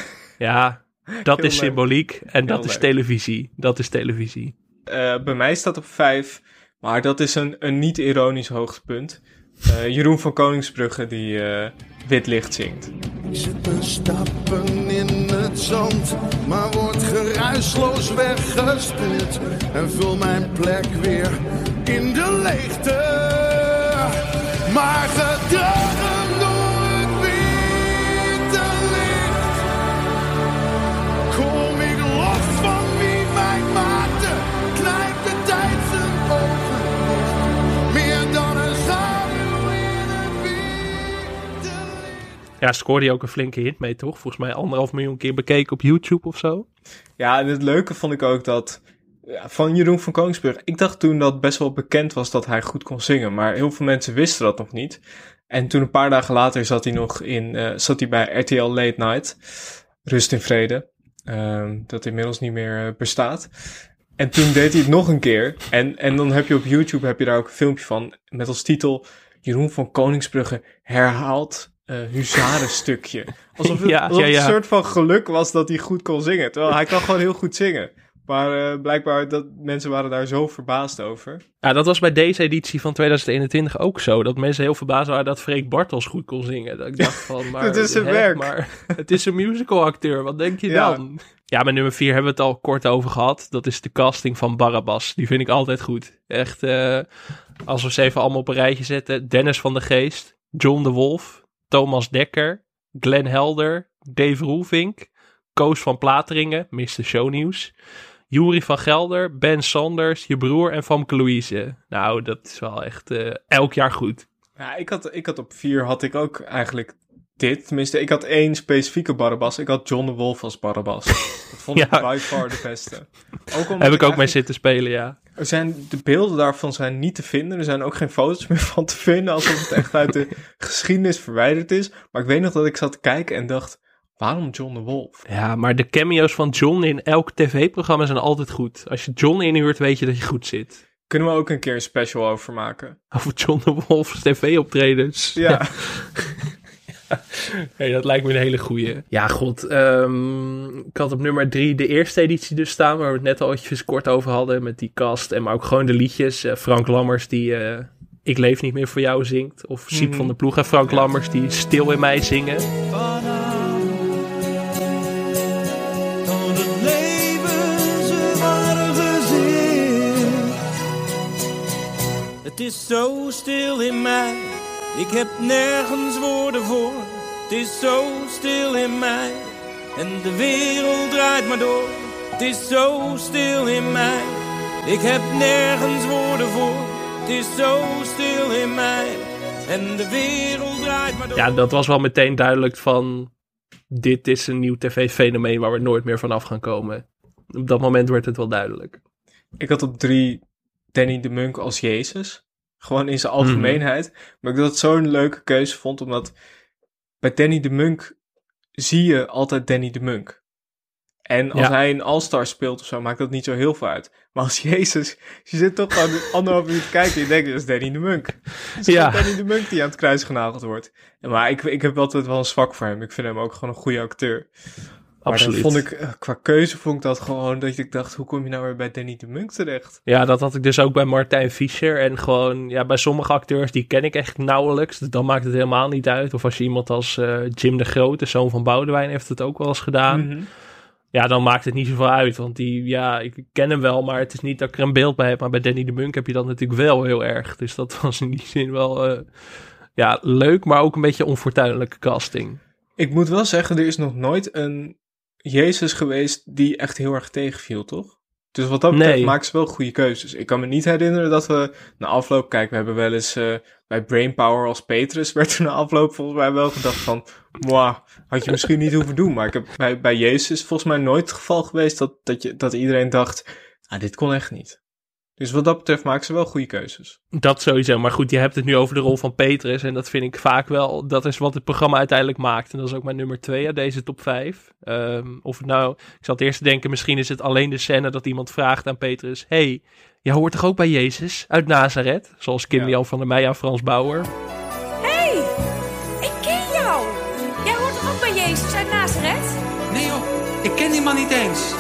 Speaker 4: Ja, dat
Speaker 3: Heel
Speaker 4: is
Speaker 3: leuk.
Speaker 4: symboliek en
Speaker 3: Heel
Speaker 4: dat is
Speaker 3: leuk.
Speaker 4: televisie. Dat is televisie.
Speaker 3: Uh, bij mij staat op vijf, maar dat is een, een niet-ironisch hoogtepunt. Uh, Jeroen van Koningsbrugge die uh, Wit Licht zingt.
Speaker 11: Ik zet mijn stappen in het zand, maar word geruisloos weggespoeld. En vul mijn plek weer in de leegte. Maar gedragen door het witte licht, kom ik los van wie mij maakte. Knijp de tijd zijn ogen dicht, meer dan een schaduw in het witte licht.
Speaker 4: Ja, scoorde je ook een flinke hit mee, toch? Volgens mij anderhalf miljoen keer bekeken op YouTube of zo.
Speaker 3: Ja, en het leuke vond ik ook dat... Ja, van Jeroen van Koningsbrugge. Ik dacht toen dat best wel bekend was dat hij goed kon zingen. Maar heel veel mensen wisten dat nog niet. En toen een paar dagen later zat hij nog in... Uh, zat hij bij R T L Late Night. Rust in vrede. Uh, dat inmiddels niet meer uh, bestaat. En toen deed hij het nog een keer. En, en dan heb je op YouTube heb je daar ook een filmpje van. Met als titel... Jeroen van Koningsbrugge herhaalt... Uh, huzarenstukje. Alsof het,
Speaker 4: ja,
Speaker 3: alsof
Speaker 4: ja, ja.
Speaker 3: het een soort van geluk was dat hij goed kon zingen. Terwijl hij kan gewoon heel goed zingen. Maar uh, blijkbaar dat mensen waren daar zo verbaasd over.
Speaker 4: Ja, dat was bij deze editie van twintig eenentwintig ook zo. Dat mensen heel verbaasd waren dat Freek Bartels goed kon zingen. Dat ik dacht van, maar...
Speaker 3: het is zijn
Speaker 4: hè,
Speaker 3: werk.
Speaker 4: Maar het is een musicalacteur, wat denk je
Speaker 3: Ja.
Speaker 4: dan? Ja, met nummer vier hebben we het al kort over gehad. Dat is de casting van Barabbas. Die vind ik altijd goed. Echt, uh, als we ze even allemaal op een rijtje zetten. Dennis van de Geest, John de Wolf, Thomas Dekker, Glenn Helder, Dave Roelvink, Koos van Plateringen, mister Shownieuws, Juri van Gelder, Ben Sanders, je broer en Famke Louise. Nou, dat is wel echt uh, elk jaar goed.
Speaker 3: Ja, ik had, ik had op vier had ik ook eigenlijk dit. Tenminste, ik had één specifieke Barabbas. Ik had John de Wolf als Barabbas. Dat vond ik
Speaker 4: Ja.
Speaker 3: by far de beste. Ook omdat
Speaker 4: Heb ik ook mee
Speaker 3: eigenlijk-
Speaker 4: zitten spelen, ja.
Speaker 3: Er zijn, de beelden daarvan zijn niet te vinden. Er zijn ook geen foto's meer van te vinden. Alsof het echt uit de geschiedenis verwijderd is. Maar ik weet nog dat ik zat te kijken en dacht... Waarom John de Wolf?
Speaker 4: Ja, maar de cameo's van John in elk tv-programma zijn altijd goed. Als je John inhuurt, weet je dat je goed zit.
Speaker 3: Kunnen we ook een keer een special over maken.
Speaker 4: Over John de Wolf's tv-optredens.
Speaker 3: Ja.
Speaker 4: ja. Hey, dat lijkt me een hele goeie. Ja, god. Um, ik had op nummer drie de eerste editie dus staan, waar we het net al eventjes kort over hadden met die cast. En maar ook gewoon de liedjes. Uh, Frank Lammers die uh, Ik leef niet meer voor jou zingt. Of Siep mm-hmm. van der Ploeg en Frank Lammers die Stil in mij zingen.
Speaker 10: Het is zo stil in mij, ik heb nergens woorden voor. Het is zo stil in mij, en de wereld draait maar door. Het is zo stil in mij, ik heb nergens woorden voor. Het is zo stil in mij, en de wereld draait maar door.
Speaker 4: Ja, dat was wel meteen duidelijk van, dit is een nieuw tv-fenomeen waar we nooit meer vanaf gaan komen. Op dat moment werd het wel duidelijk.
Speaker 3: Ik had op drie Danny de Munk als Jezus. Gewoon in zijn algemeenheid. Mm. Maar ik dat het zo'n leuke keuze vond. Omdat bij Danny de Munk zie je altijd Danny de Munk. En als ja. hij een All-Star speelt of zo, maakt dat niet zo heel veel uit. Maar als Jezus, je zit toch gewoon anderhalf uur te kijken en je denkt, dat is Danny de Munk. Het is ja. Danny de Munk die aan het kruis genageld wordt. En maar ik, ik heb altijd wel een zwak voor hem. Ik vind hem ook gewoon een goede acteur. Maar Absoluut. Dan vond ik, qua keuze vond ik dat gewoon, dat ik dacht, hoe kom je nou weer bij Danny de Munk terecht?
Speaker 4: Ja, dat had ik dus ook bij Martijn Fischer. En gewoon, ja, bij sommige acteurs, die ken ik echt nauwelijks. Dus dan maakt het helemaal niet uit. Of als je iemand als uh, Jim de Groot, de zoon van Boudewijn, heeft het ook wel eens gedaan. Mm-hmm. Ja, dan maakt het niet zoveel uit. Want die, ja, ik ken hem wel, maar het is niet dat ik er een beeld bij heb. Maar bij Danny de Munk heb je dat natuurlijk wel heel erg. Dus dat was in die zin wel, uh, ja, leuk, maar ook een beetje onfortuinlijke casting.
Speaker 3: Ik moet wel zeggen, er is nog nooit een Jezus geweest die echt heel erg tegenviel, toch? Dus wat dat betreft nee. maken ze wel goede keuzes. Ik kan me niet herinneren dat we na afloop... Kijk, we hebben wel eens uh, bij Brainpower als Petrus... werd er na afloop volgens mij wel gedacht van... Mwah, had je misschien niet hoeven doen. Maar ik heb bij, bij Jezus volgens mij nooit het geval geweest... dat, dat, je, dat iedereen dacht... Ah, dit kon echt niet. Dus wat dat betreft maken ze wel goede keuzes.
Speaker 4: Dat sowieso. Maar goed, je hebt het nu over de rol van Petrus. En dat vind ik vaak wel... Dat is wat het programma uiteindelijk maakt. En dat is ook mijn nummer twee uit deze top vijf. Um, of nou... Ik zat eerst te denken... Misschien is het alleen de scène dat iemand vraagt aan Petrus... Hey, jij hoort toch ook bij Jezus? Uit Nazareth? Zoals Kim ja. Jan van der Meij aan Frans Bauer.
Speaker 12: Hey, ik ken jou. Jij hoort toch ook bij Jezus uit Nazareth?
Speaker 1: Nee joh, ik ken die man niet eens.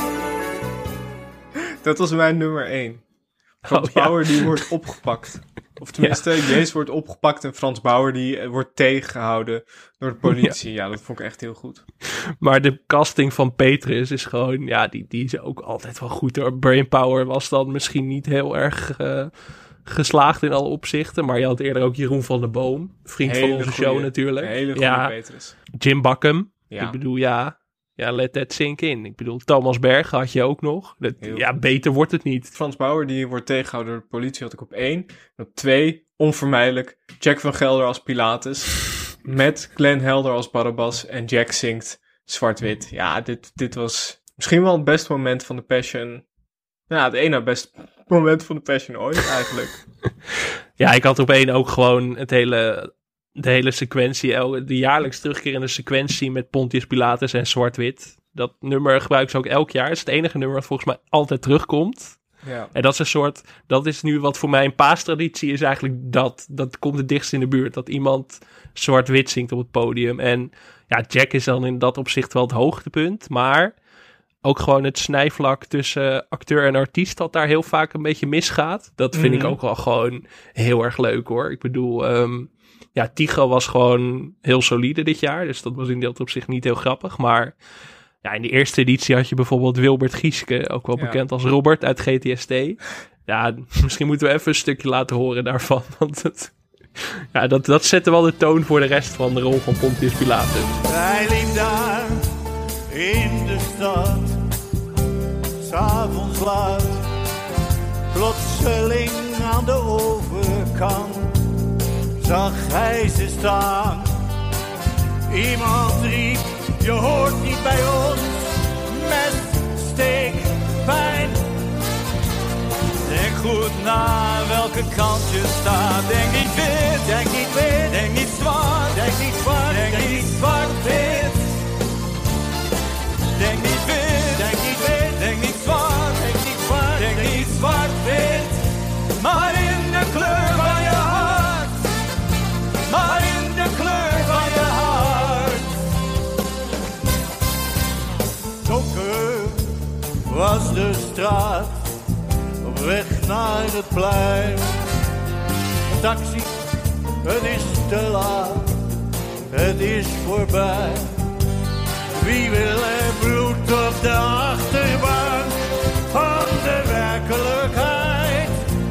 Speaker 3: Dat was mijn nummer één. Frans oh, Bauer ja. die wordt opgepakt. Of tenminste, ja. Jezus wordt opgepakt en Frans Bauer die wordt tegengehouden door de politie. Ja. ja, dat vond ik echt heel goed.
Speaker 4: Maar de casting van Petrus is gewoon, ja, die, die is ook altijd wel goed hoor. Brainpower was dan misschien niet heel erg uh, geslaagd in alle opzichten. Maar je had eerder ook Jeroen van der Boom, vriend hele van onze goeie, show natuurlijk.
Speaker 3: Hele goede
Speaker 4: ja.
Speaker 3: Petrus.
Speaker 4: Jim Bakkum.
Speaker 3: Ja.
Speaker 4: Ik bedoel, ja... Ja, let that sink in. Ik bedoel, Thomas Berg had je ook nog. Dat, ja, goed. Beter wordt het niet.
Speaker 3: Frans Bauer, die wordt tegengehouden door de politie, had ik op één. En op twee, onvermijdelijk, Jack van Gelder als Pilatus. Met Glenn Helder als Barabbas. En Jack zingt Zwart-Wit. Ja, dit, dit was misschien wel het beste moment van de Passion. Ja, het ene beste moment van de Passion ooit, eigenlijk.
Speaker 4: Ja, ik had op één ook gewoon het hele... De hele sequentie, de jaarlijks terugkerende sequentie met Pontius Pilatus en Zwart-Wit. Dat nummer gebruiken ze ook elk jaar. Het is het enige nummer wat volgens mij altijd terugkomt.
Speaker 3: Ja.
Speaker 4: En dat is een soort, dat is nu wat voor mij een paastraditie is eigenlijk dat. Dat komt het dichtst in de buurt. Dat iemand Zwart-Wit zingt op het podium. En ja, Jack is dan in dat opzicht wel het hoogtepunt. Maar ook gewoon het snijvlak tussen acteur en artiest dat daar heel vaak een beetje misgaat. Dat vind mm-hmm. ik ook wel gewoon heel erg leuk hoor. Ik bedoel... Um, Ja, Tycho was gewoon heel solide dit jaar. Dus dat was in dat opzicht niet heel grappig. Maar ja, in de eerste editie had je bijvoorbeeld Wilbert Gieske. Ook wel ja. bekend als Robert uit G T S T. Ja, misschien moeten we even een stukje laten horen daarvan. Want het, ja, dat, dat zette wel de toon voor de rest van de rol van Pontius Pilatus.
Speaker 11: Hij liep daar in de stad. 'S Avonds laat. Plotseling aan de overkant. Zag hij ze staan. Iemand riep, je hoort niet bij ons. Mes, steek, pijn. Denk goed na welke kant je staat. Denk niet wit, denk niet wit. Denk niet zwart, denk niet zwart. Denk niet zwart-wit. Denk niet wit, denk niet wit. Denk niet zwart, denk niet zwart. Denk niet zwart-wit.
Speaker 1: was de straat op weg naar het plein. Taxi, het is te laat, het is voorbij. Wie wil er bloed op de achterbaan van de werkelijkheid?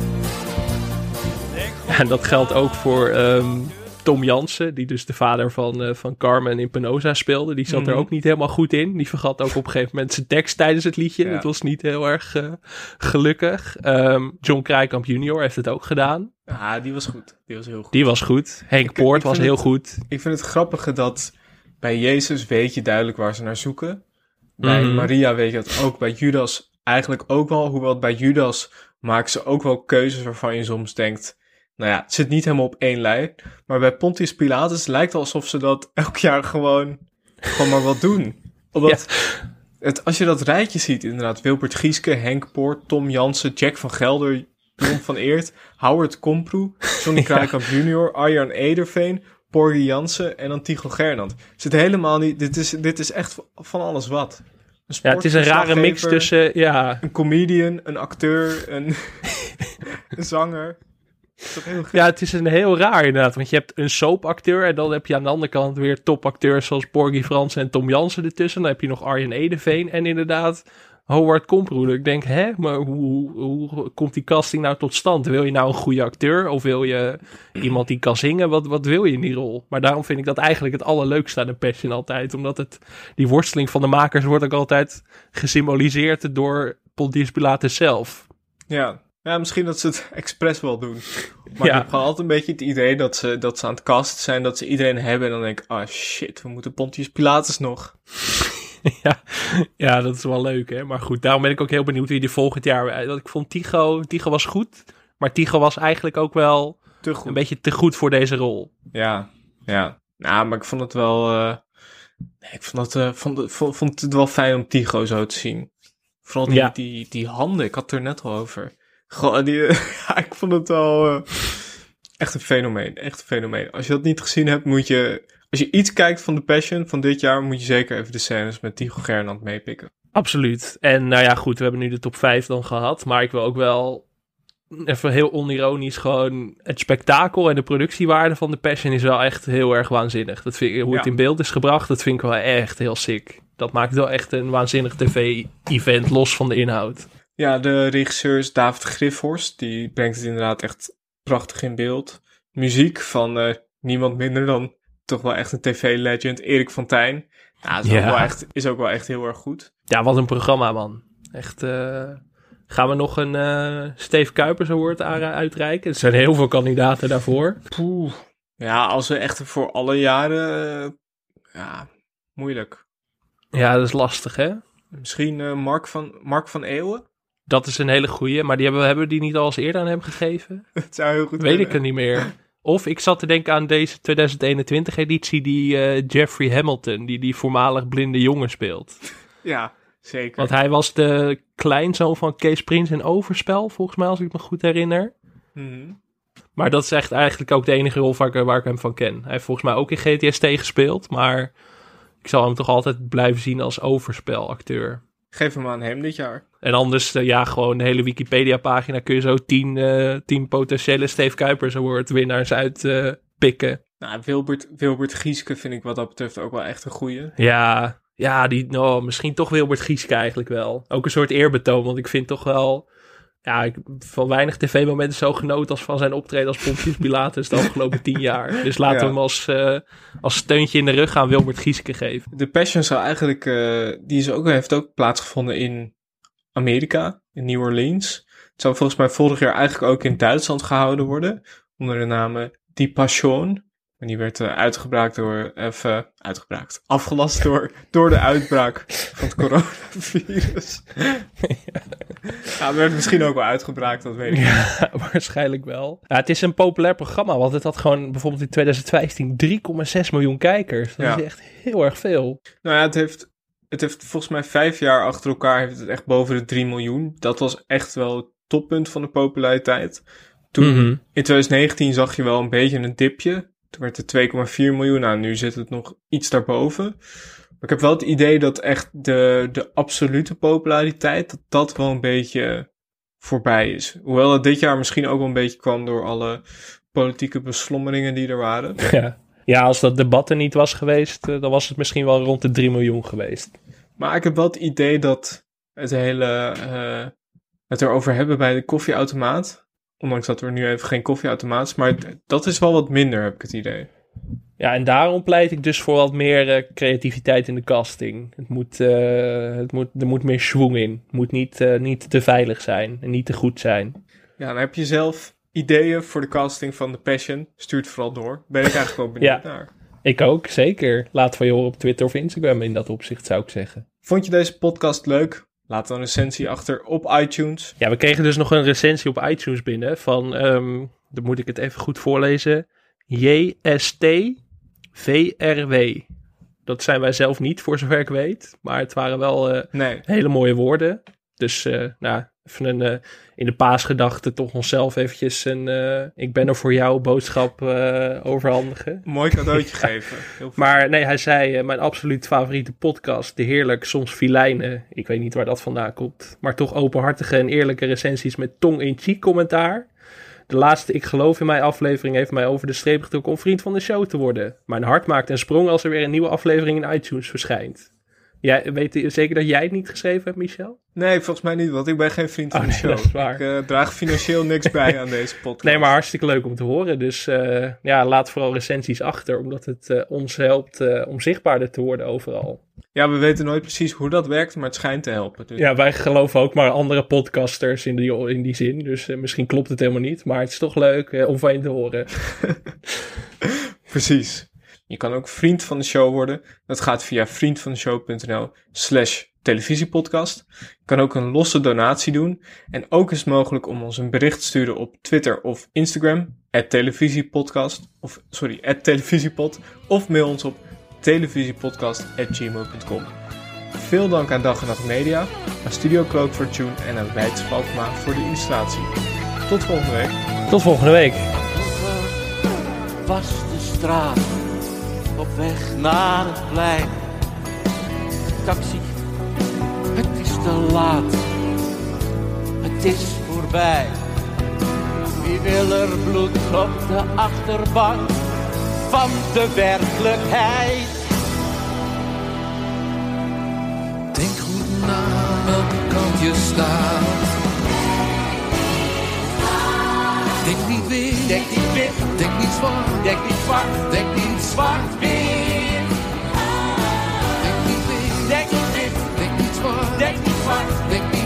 Speaker 4: En dat geldt ook voor um, Tom Jansen, die dus de vader van, uh, van Carmen in Penosa speelde. Die zat mm-hmm. er ook niet helemaal goed in. Die vergat ook op een gegeven moment zijn tekst tijdens het liedje. Ja. Dat was niet heel erg uh, gelukkig. Um, John Krijkamp junior heeft het ook gedaan.
Speaker 3: Ja, die was goed. Die was heel goed.
Speaker 4: Die was goed. Henk ik, Poort ik was heel
Speaker 3: het,
Speaker 4: goed.
Speaker 3: Ik vind het grappige dat bij Jezus weet je duidelijk waar ze naar zoeken. Bij mm-hmm. Maria weet je dat ook. Bij Judas eigenlijk ook wel. Hoewel bij Judas maken ze ook wel keuzes waarvan je soms denkt... Nou ja, het zit niet helemaal op één lijn. Maar bij Pontius Pilatus lijkt het alsof ze dat elk jaar gewoon, gewoon maar wat doen. Omdat ja. het, als je dat rijtje ziet, inderdaad. Wilbert Gieske, Henk Poort, Tom Jansen, Jack van Gelder, Jon van Eert, Howard Komproe, Johnny Krijkamp ja. junior, Arjan Ederveen, Porgy Jansen en dan Tycho Gernand. Zit helemaal niet... Dit is, dit is echt van alles wat.
Speaker 4: Ja, het is een rare mix tussen... Ja.
Speaker 3: Een comedian, een acteur, een, een zanger...
Speaker 4: Ja, het is een heel raar inderdaad, want je hebt een soapacteur en dan heb je aan de andere kant weer topacteurs zoals Porgy Fransen en Tom Jansen ertussen. Dan heb je nog Arjen Edeveen en inderdaad Howard Komproe. Ik denk, hè, maar hoe, hoe, hoe komt die casting nou tot stand? Wil je nou een goede acteur of wil je iemand die kan zingen? Wat, wat wil je in die rol? Maar daarom vind ik dat eigenlijk het allerleukste aan de Passion altijd, omdat het, die worsteling van de makers wordt ook altijd gesymboliseerd door Pontius Pilatus zelf.
Speaker 3: Ja. Ja, misschien dat ze het expres wel doen. Maar ja. ik heb gewoon altijd een beetje het idee dat ze, dat ze aan het casten zijn, dat ze iedereen hebben. En dan denk ik, ah oh shit, we moeten Pontius Pilatus nog.
Speaker 4: ja, ja, dat is wel leuk, hè. Maar goed, daarom ben ik ook heel benieuwd wie die volgend jaar... Ik vond Tycho, Tycho was goed, maar Tycho was eigenlijk ook wel te goed. Een beetje te goed voor deze rol.
Speaker 3: Ja, ja. Nou, maar ik vond het wel... Uh, nee, ik vond het, uh, vond, vond, vond het wel fijn om Tycho zo te zien. Vooral die, ja. die, die, die handen, ik had het er net al over... Goh, die, ja, ik vond het wel uh, echt een fenomeen, echt een fenomeen. Als je dat niet gezien hebt, moet je, als je iets kijkt van de Passion van dit jaar, moet je zeker even de scènes met Tycho Gernand meepikken.
Speaker 4: Absoluut. En nou ja, goed, we hebben nu de top vijf dan gehad, maar ik wil ook wel even heel onironisch gewoon het spektakel en de productiewaarde van de Passion is wel echt heel erg waanzinnig. Dat vind ik, hoe ja. het in beeld is gebracht, dat vind ik wel echt heel sick. Dat maakt wel echt een waanzinnig tv-event, los van de inhoud.
Speaker 3: Ja, de regisseur is David Griffhorst. Die brengt het inderdaad echt prachtig in beeld. Muziek van uh, niemand minder dan toch wel echt een tv-legend, Erik Fontijn. Nou, dat is, ja. ook wel echt, is ook wel echt heel erg goed.
Speaker 4: Ja, wat een programma, man. Echt, uh, gaan we nog een uh, Steve Kuipers Award uitreiken? Er zijn heel veel kandidaten daarvoor.
Speaker 3: Poeh. Ja, als we echt voor alle jaren... Uh, ja, moeilijk.
Speaker 4: Ja, dat is lastig, hè?
Speaker 3: Misschien uh, Mark van, Mark van Eeuwen?
Speaker 4: Dat is een hele goeie, maar die hebben, hebben we die niet al eens eerder aan hem gegeven?
Speaker 3: Dat zou heel goed
Speaker 4: Weet
Speaker 3: kunnen.
Speaker 4: ik er niet meer. Of ik zat te denken aan deze twintig eenentwintig editie die uh, Jeffrey Hamilton, die die voormalig blinde jongen speelt.
Speaker 3: Ja, zeker.
Speaker 4: Want hij was de kleinzoon van Kees Prins in Overspel, volgens mij, als ik me goed herinner.
Speaker 3: Mm-hmm.
Speaker 4: Maar dat is echt eigenlijk ook de enige rol waar ik, waar ik hem van ken. Hij heeft volgens mij ook in G T S T gespeeld, maar ik zal hem toch altijd blijven zien als Overspelacteur.
Speaker 3: Geef hem aan hem dit jaar.
Speaker 4: En anders, uh, ja, gewoon de hele Wikipedia-pagina kun je zo tien, uh, tien potentiële Steve Kuipers Award winnaars uit uh, pikken.
Speaker 3: Nou, Wilbert, Wilbert Gieske vind ik wat dat betreft ook wel echt een goeie.
Speaker 4: Ja, ja die, nou, misschien toch Wilbert Gieske eigenlijk wel. Ook een soort eerbetoon, want ik vind toch wel... Ja, ik van weinig tv-momenten zo genoten als van zijn optreden als Pontius Pilatus de afgelopen tien jaar. Dus laten ja. we hem als, uh, als steuntje in de rug aan Wilbert Gieske geven.
Speaker 3: De Passion zou eigenlijk, uh, die is ook, heeft ook plaatsgevonden in Amerika, in New Orleans. Het zou volgens mij vorig jaar eigenlijk ook in Duitsland gehouden worden, onder de naam Die Passion. En die werd uh, uitgebraakt door, even uh, uitgebraakt, afgelast door, door de uitbraak van het coronavirus. ja. ja, het werd misschien ook wel uitgebraakt, dat weet ik
Speaker 4: ja, niet. Waarschijnlijk wel. Ja, het is een populair programma, want het had gewoon bijvoorbeeld in twintig vijftien drie komma zes miljoen kijkers. Dat ja. is echt heel erg veel.
Speaker 3: Nou ja, het heeft, het heeft volgens mij vijf jaar achter elkaar heeft het echt boven de drie miljoen. Dat was echt wel het toppunt van de populariteit. Toen, mm-hmm. in twintig negentien zag je wel een beetje een dipje. Toen werd het twee komma vier miljoen. Nou, nu zit het nog iets daarboven. ik heb wel het idee dat echt de, de absolute populariteit, dat dat wel een beetje voorbij is. Hoewel het dit jaar misschien ook wel een beetje kwam door alle politieke beslommeringen die er waren.
Speaker 4: Ja, ja als dat debat er niet was geweest, dan was het misschien wel rond de drie miljoen geweest.
Speaker 3: Maar ik heb wel het idee dat het hele, uh, het erover hebben bij de koffieautomaat, ondanks dat er nu even geen koffieautomaat is, maar dat is wel wat minder, heb ik het idee.
Speaker 4: Ja, en daarom pleit ik dus voor wat meer uh, creativiteit in de casting. Het moet, uh, het moet, er moet meer schwung in. Het moet niet, uh, niet te veilig zijn en niet te goed zijn.
Speaker 3: Ja, dan heb je zelf ideeën voor de casting van The Passion. Stuur het vooral door. Ben ik eigenlijk wel benieuwd
Speaker 4: ja,
Speaker 3: naar.
Speaker 4: Ik ook, zeker. Laat van je horen op Twitter of Instagram in dat opzicht, zou ik zeggen.
Speaker 3: Vond je deze podcast leuk? Laat dan een recensie achter op iTunes.
Speaker 4: Ja, we kregen dus nog een recensie op iTunes binnen van, um, dan moet ik het even goed voorlezen, J S T V R W. Dat zijn wij zelf niet, voor zover ik weet. Maar het waren wel uh,
Speaker 3: nee.
Speaker 4: hele mooie woorden. Dus uh, nou, even een, uh, in de paasgedachte toch onszelf eventjes een uh, ik ben er voor jou boodschap uh, overhandigen.
Speaker 3: Mooi cadeautje geven. Heel
Speaker 4: maar nee, hij zei uh, mijn absoluut favoriete podcast, de heerlijk, soms filijne, ik weet niet waar dat vandaan komt, maar toch openhartige en eerlijke recensies met tong-in-cheek commentaar. De laatste Ik Geloof in Mij aflevering heeft mij over de streep getrokken om vriend van de show te worden. Mijn hart maakt een sprong als er weer een nieuwe aflevering in iTunes verschijnt. Jij, weet je zeker dat jij het niet geschreven hebt, Michel?
Speaker 3: Nee, volgens mij niet, want ik ben geen vriend van
Speaker 4: oh,
Speaker 3: de
Speaker 4: nee,
Speaker 3: show.
Speaker 4: Dat is waar.
Speaker 3: Ik uh, draag financieel niks bij aan deze podcast.
Speaker 4: Nee, maar hartstikke leuk om te horen. Dus uh, ja, laat vooral recensies achter, omdat het uh, ons helpt uh, om zichtbaarder te worden overal.
Speaker 3: Ja, we weten nooit precies hoe dat werkt, maar het schijnt te helpen. Dus.
Speaker 4: Ja, wij geloven ook maar andere podcasters in die, in die zin. Dus uh, misschien klopt het helemaal niet, maar het is toch leuk uh, om van je te horen.
Speaker 3: Precies. Je kan ook vriend van de show worden. Dat gaat via vriendvandeshow.nl slash televisiepodcast. Je kan ook een losse donatie doen. En ook is het mogelijk om ons een bericht te sturen op Twitter of Instagram. at televisiepodcast. Of, sorry, at televisiepod. Of mail ons op televisiepodcast at gmail dot com. Veel dank aan Dag en Nacht Media, aan Studio Cloak voor Tune en aan Wijts Valkma voor de illustratie. Tot volgende week.
Speaker 4: Tot volgende week.
Speaker 1: Was de straat op weg naar het plein. Taxi, het is te laat. Het is voorbij. Wie wil er bloed op de achterbank van de werkelijkheid?
Speaker 13: Denk goed na welke kant je staat. Denk niet wit,
Speaker 1: denk niet wit,
Speaker 13: denk niet zwart,
Speaker 1: denk niet zwart,
Speaker 13: denk niet zwart
Speaker 1: wit.
Speaker 13: Denk niet wit,
Speaker 1: denk niet wit,
Speaker 13: denk niet zwart,
Speaker 1: denk niet zwart,
Speaker 13: denk niet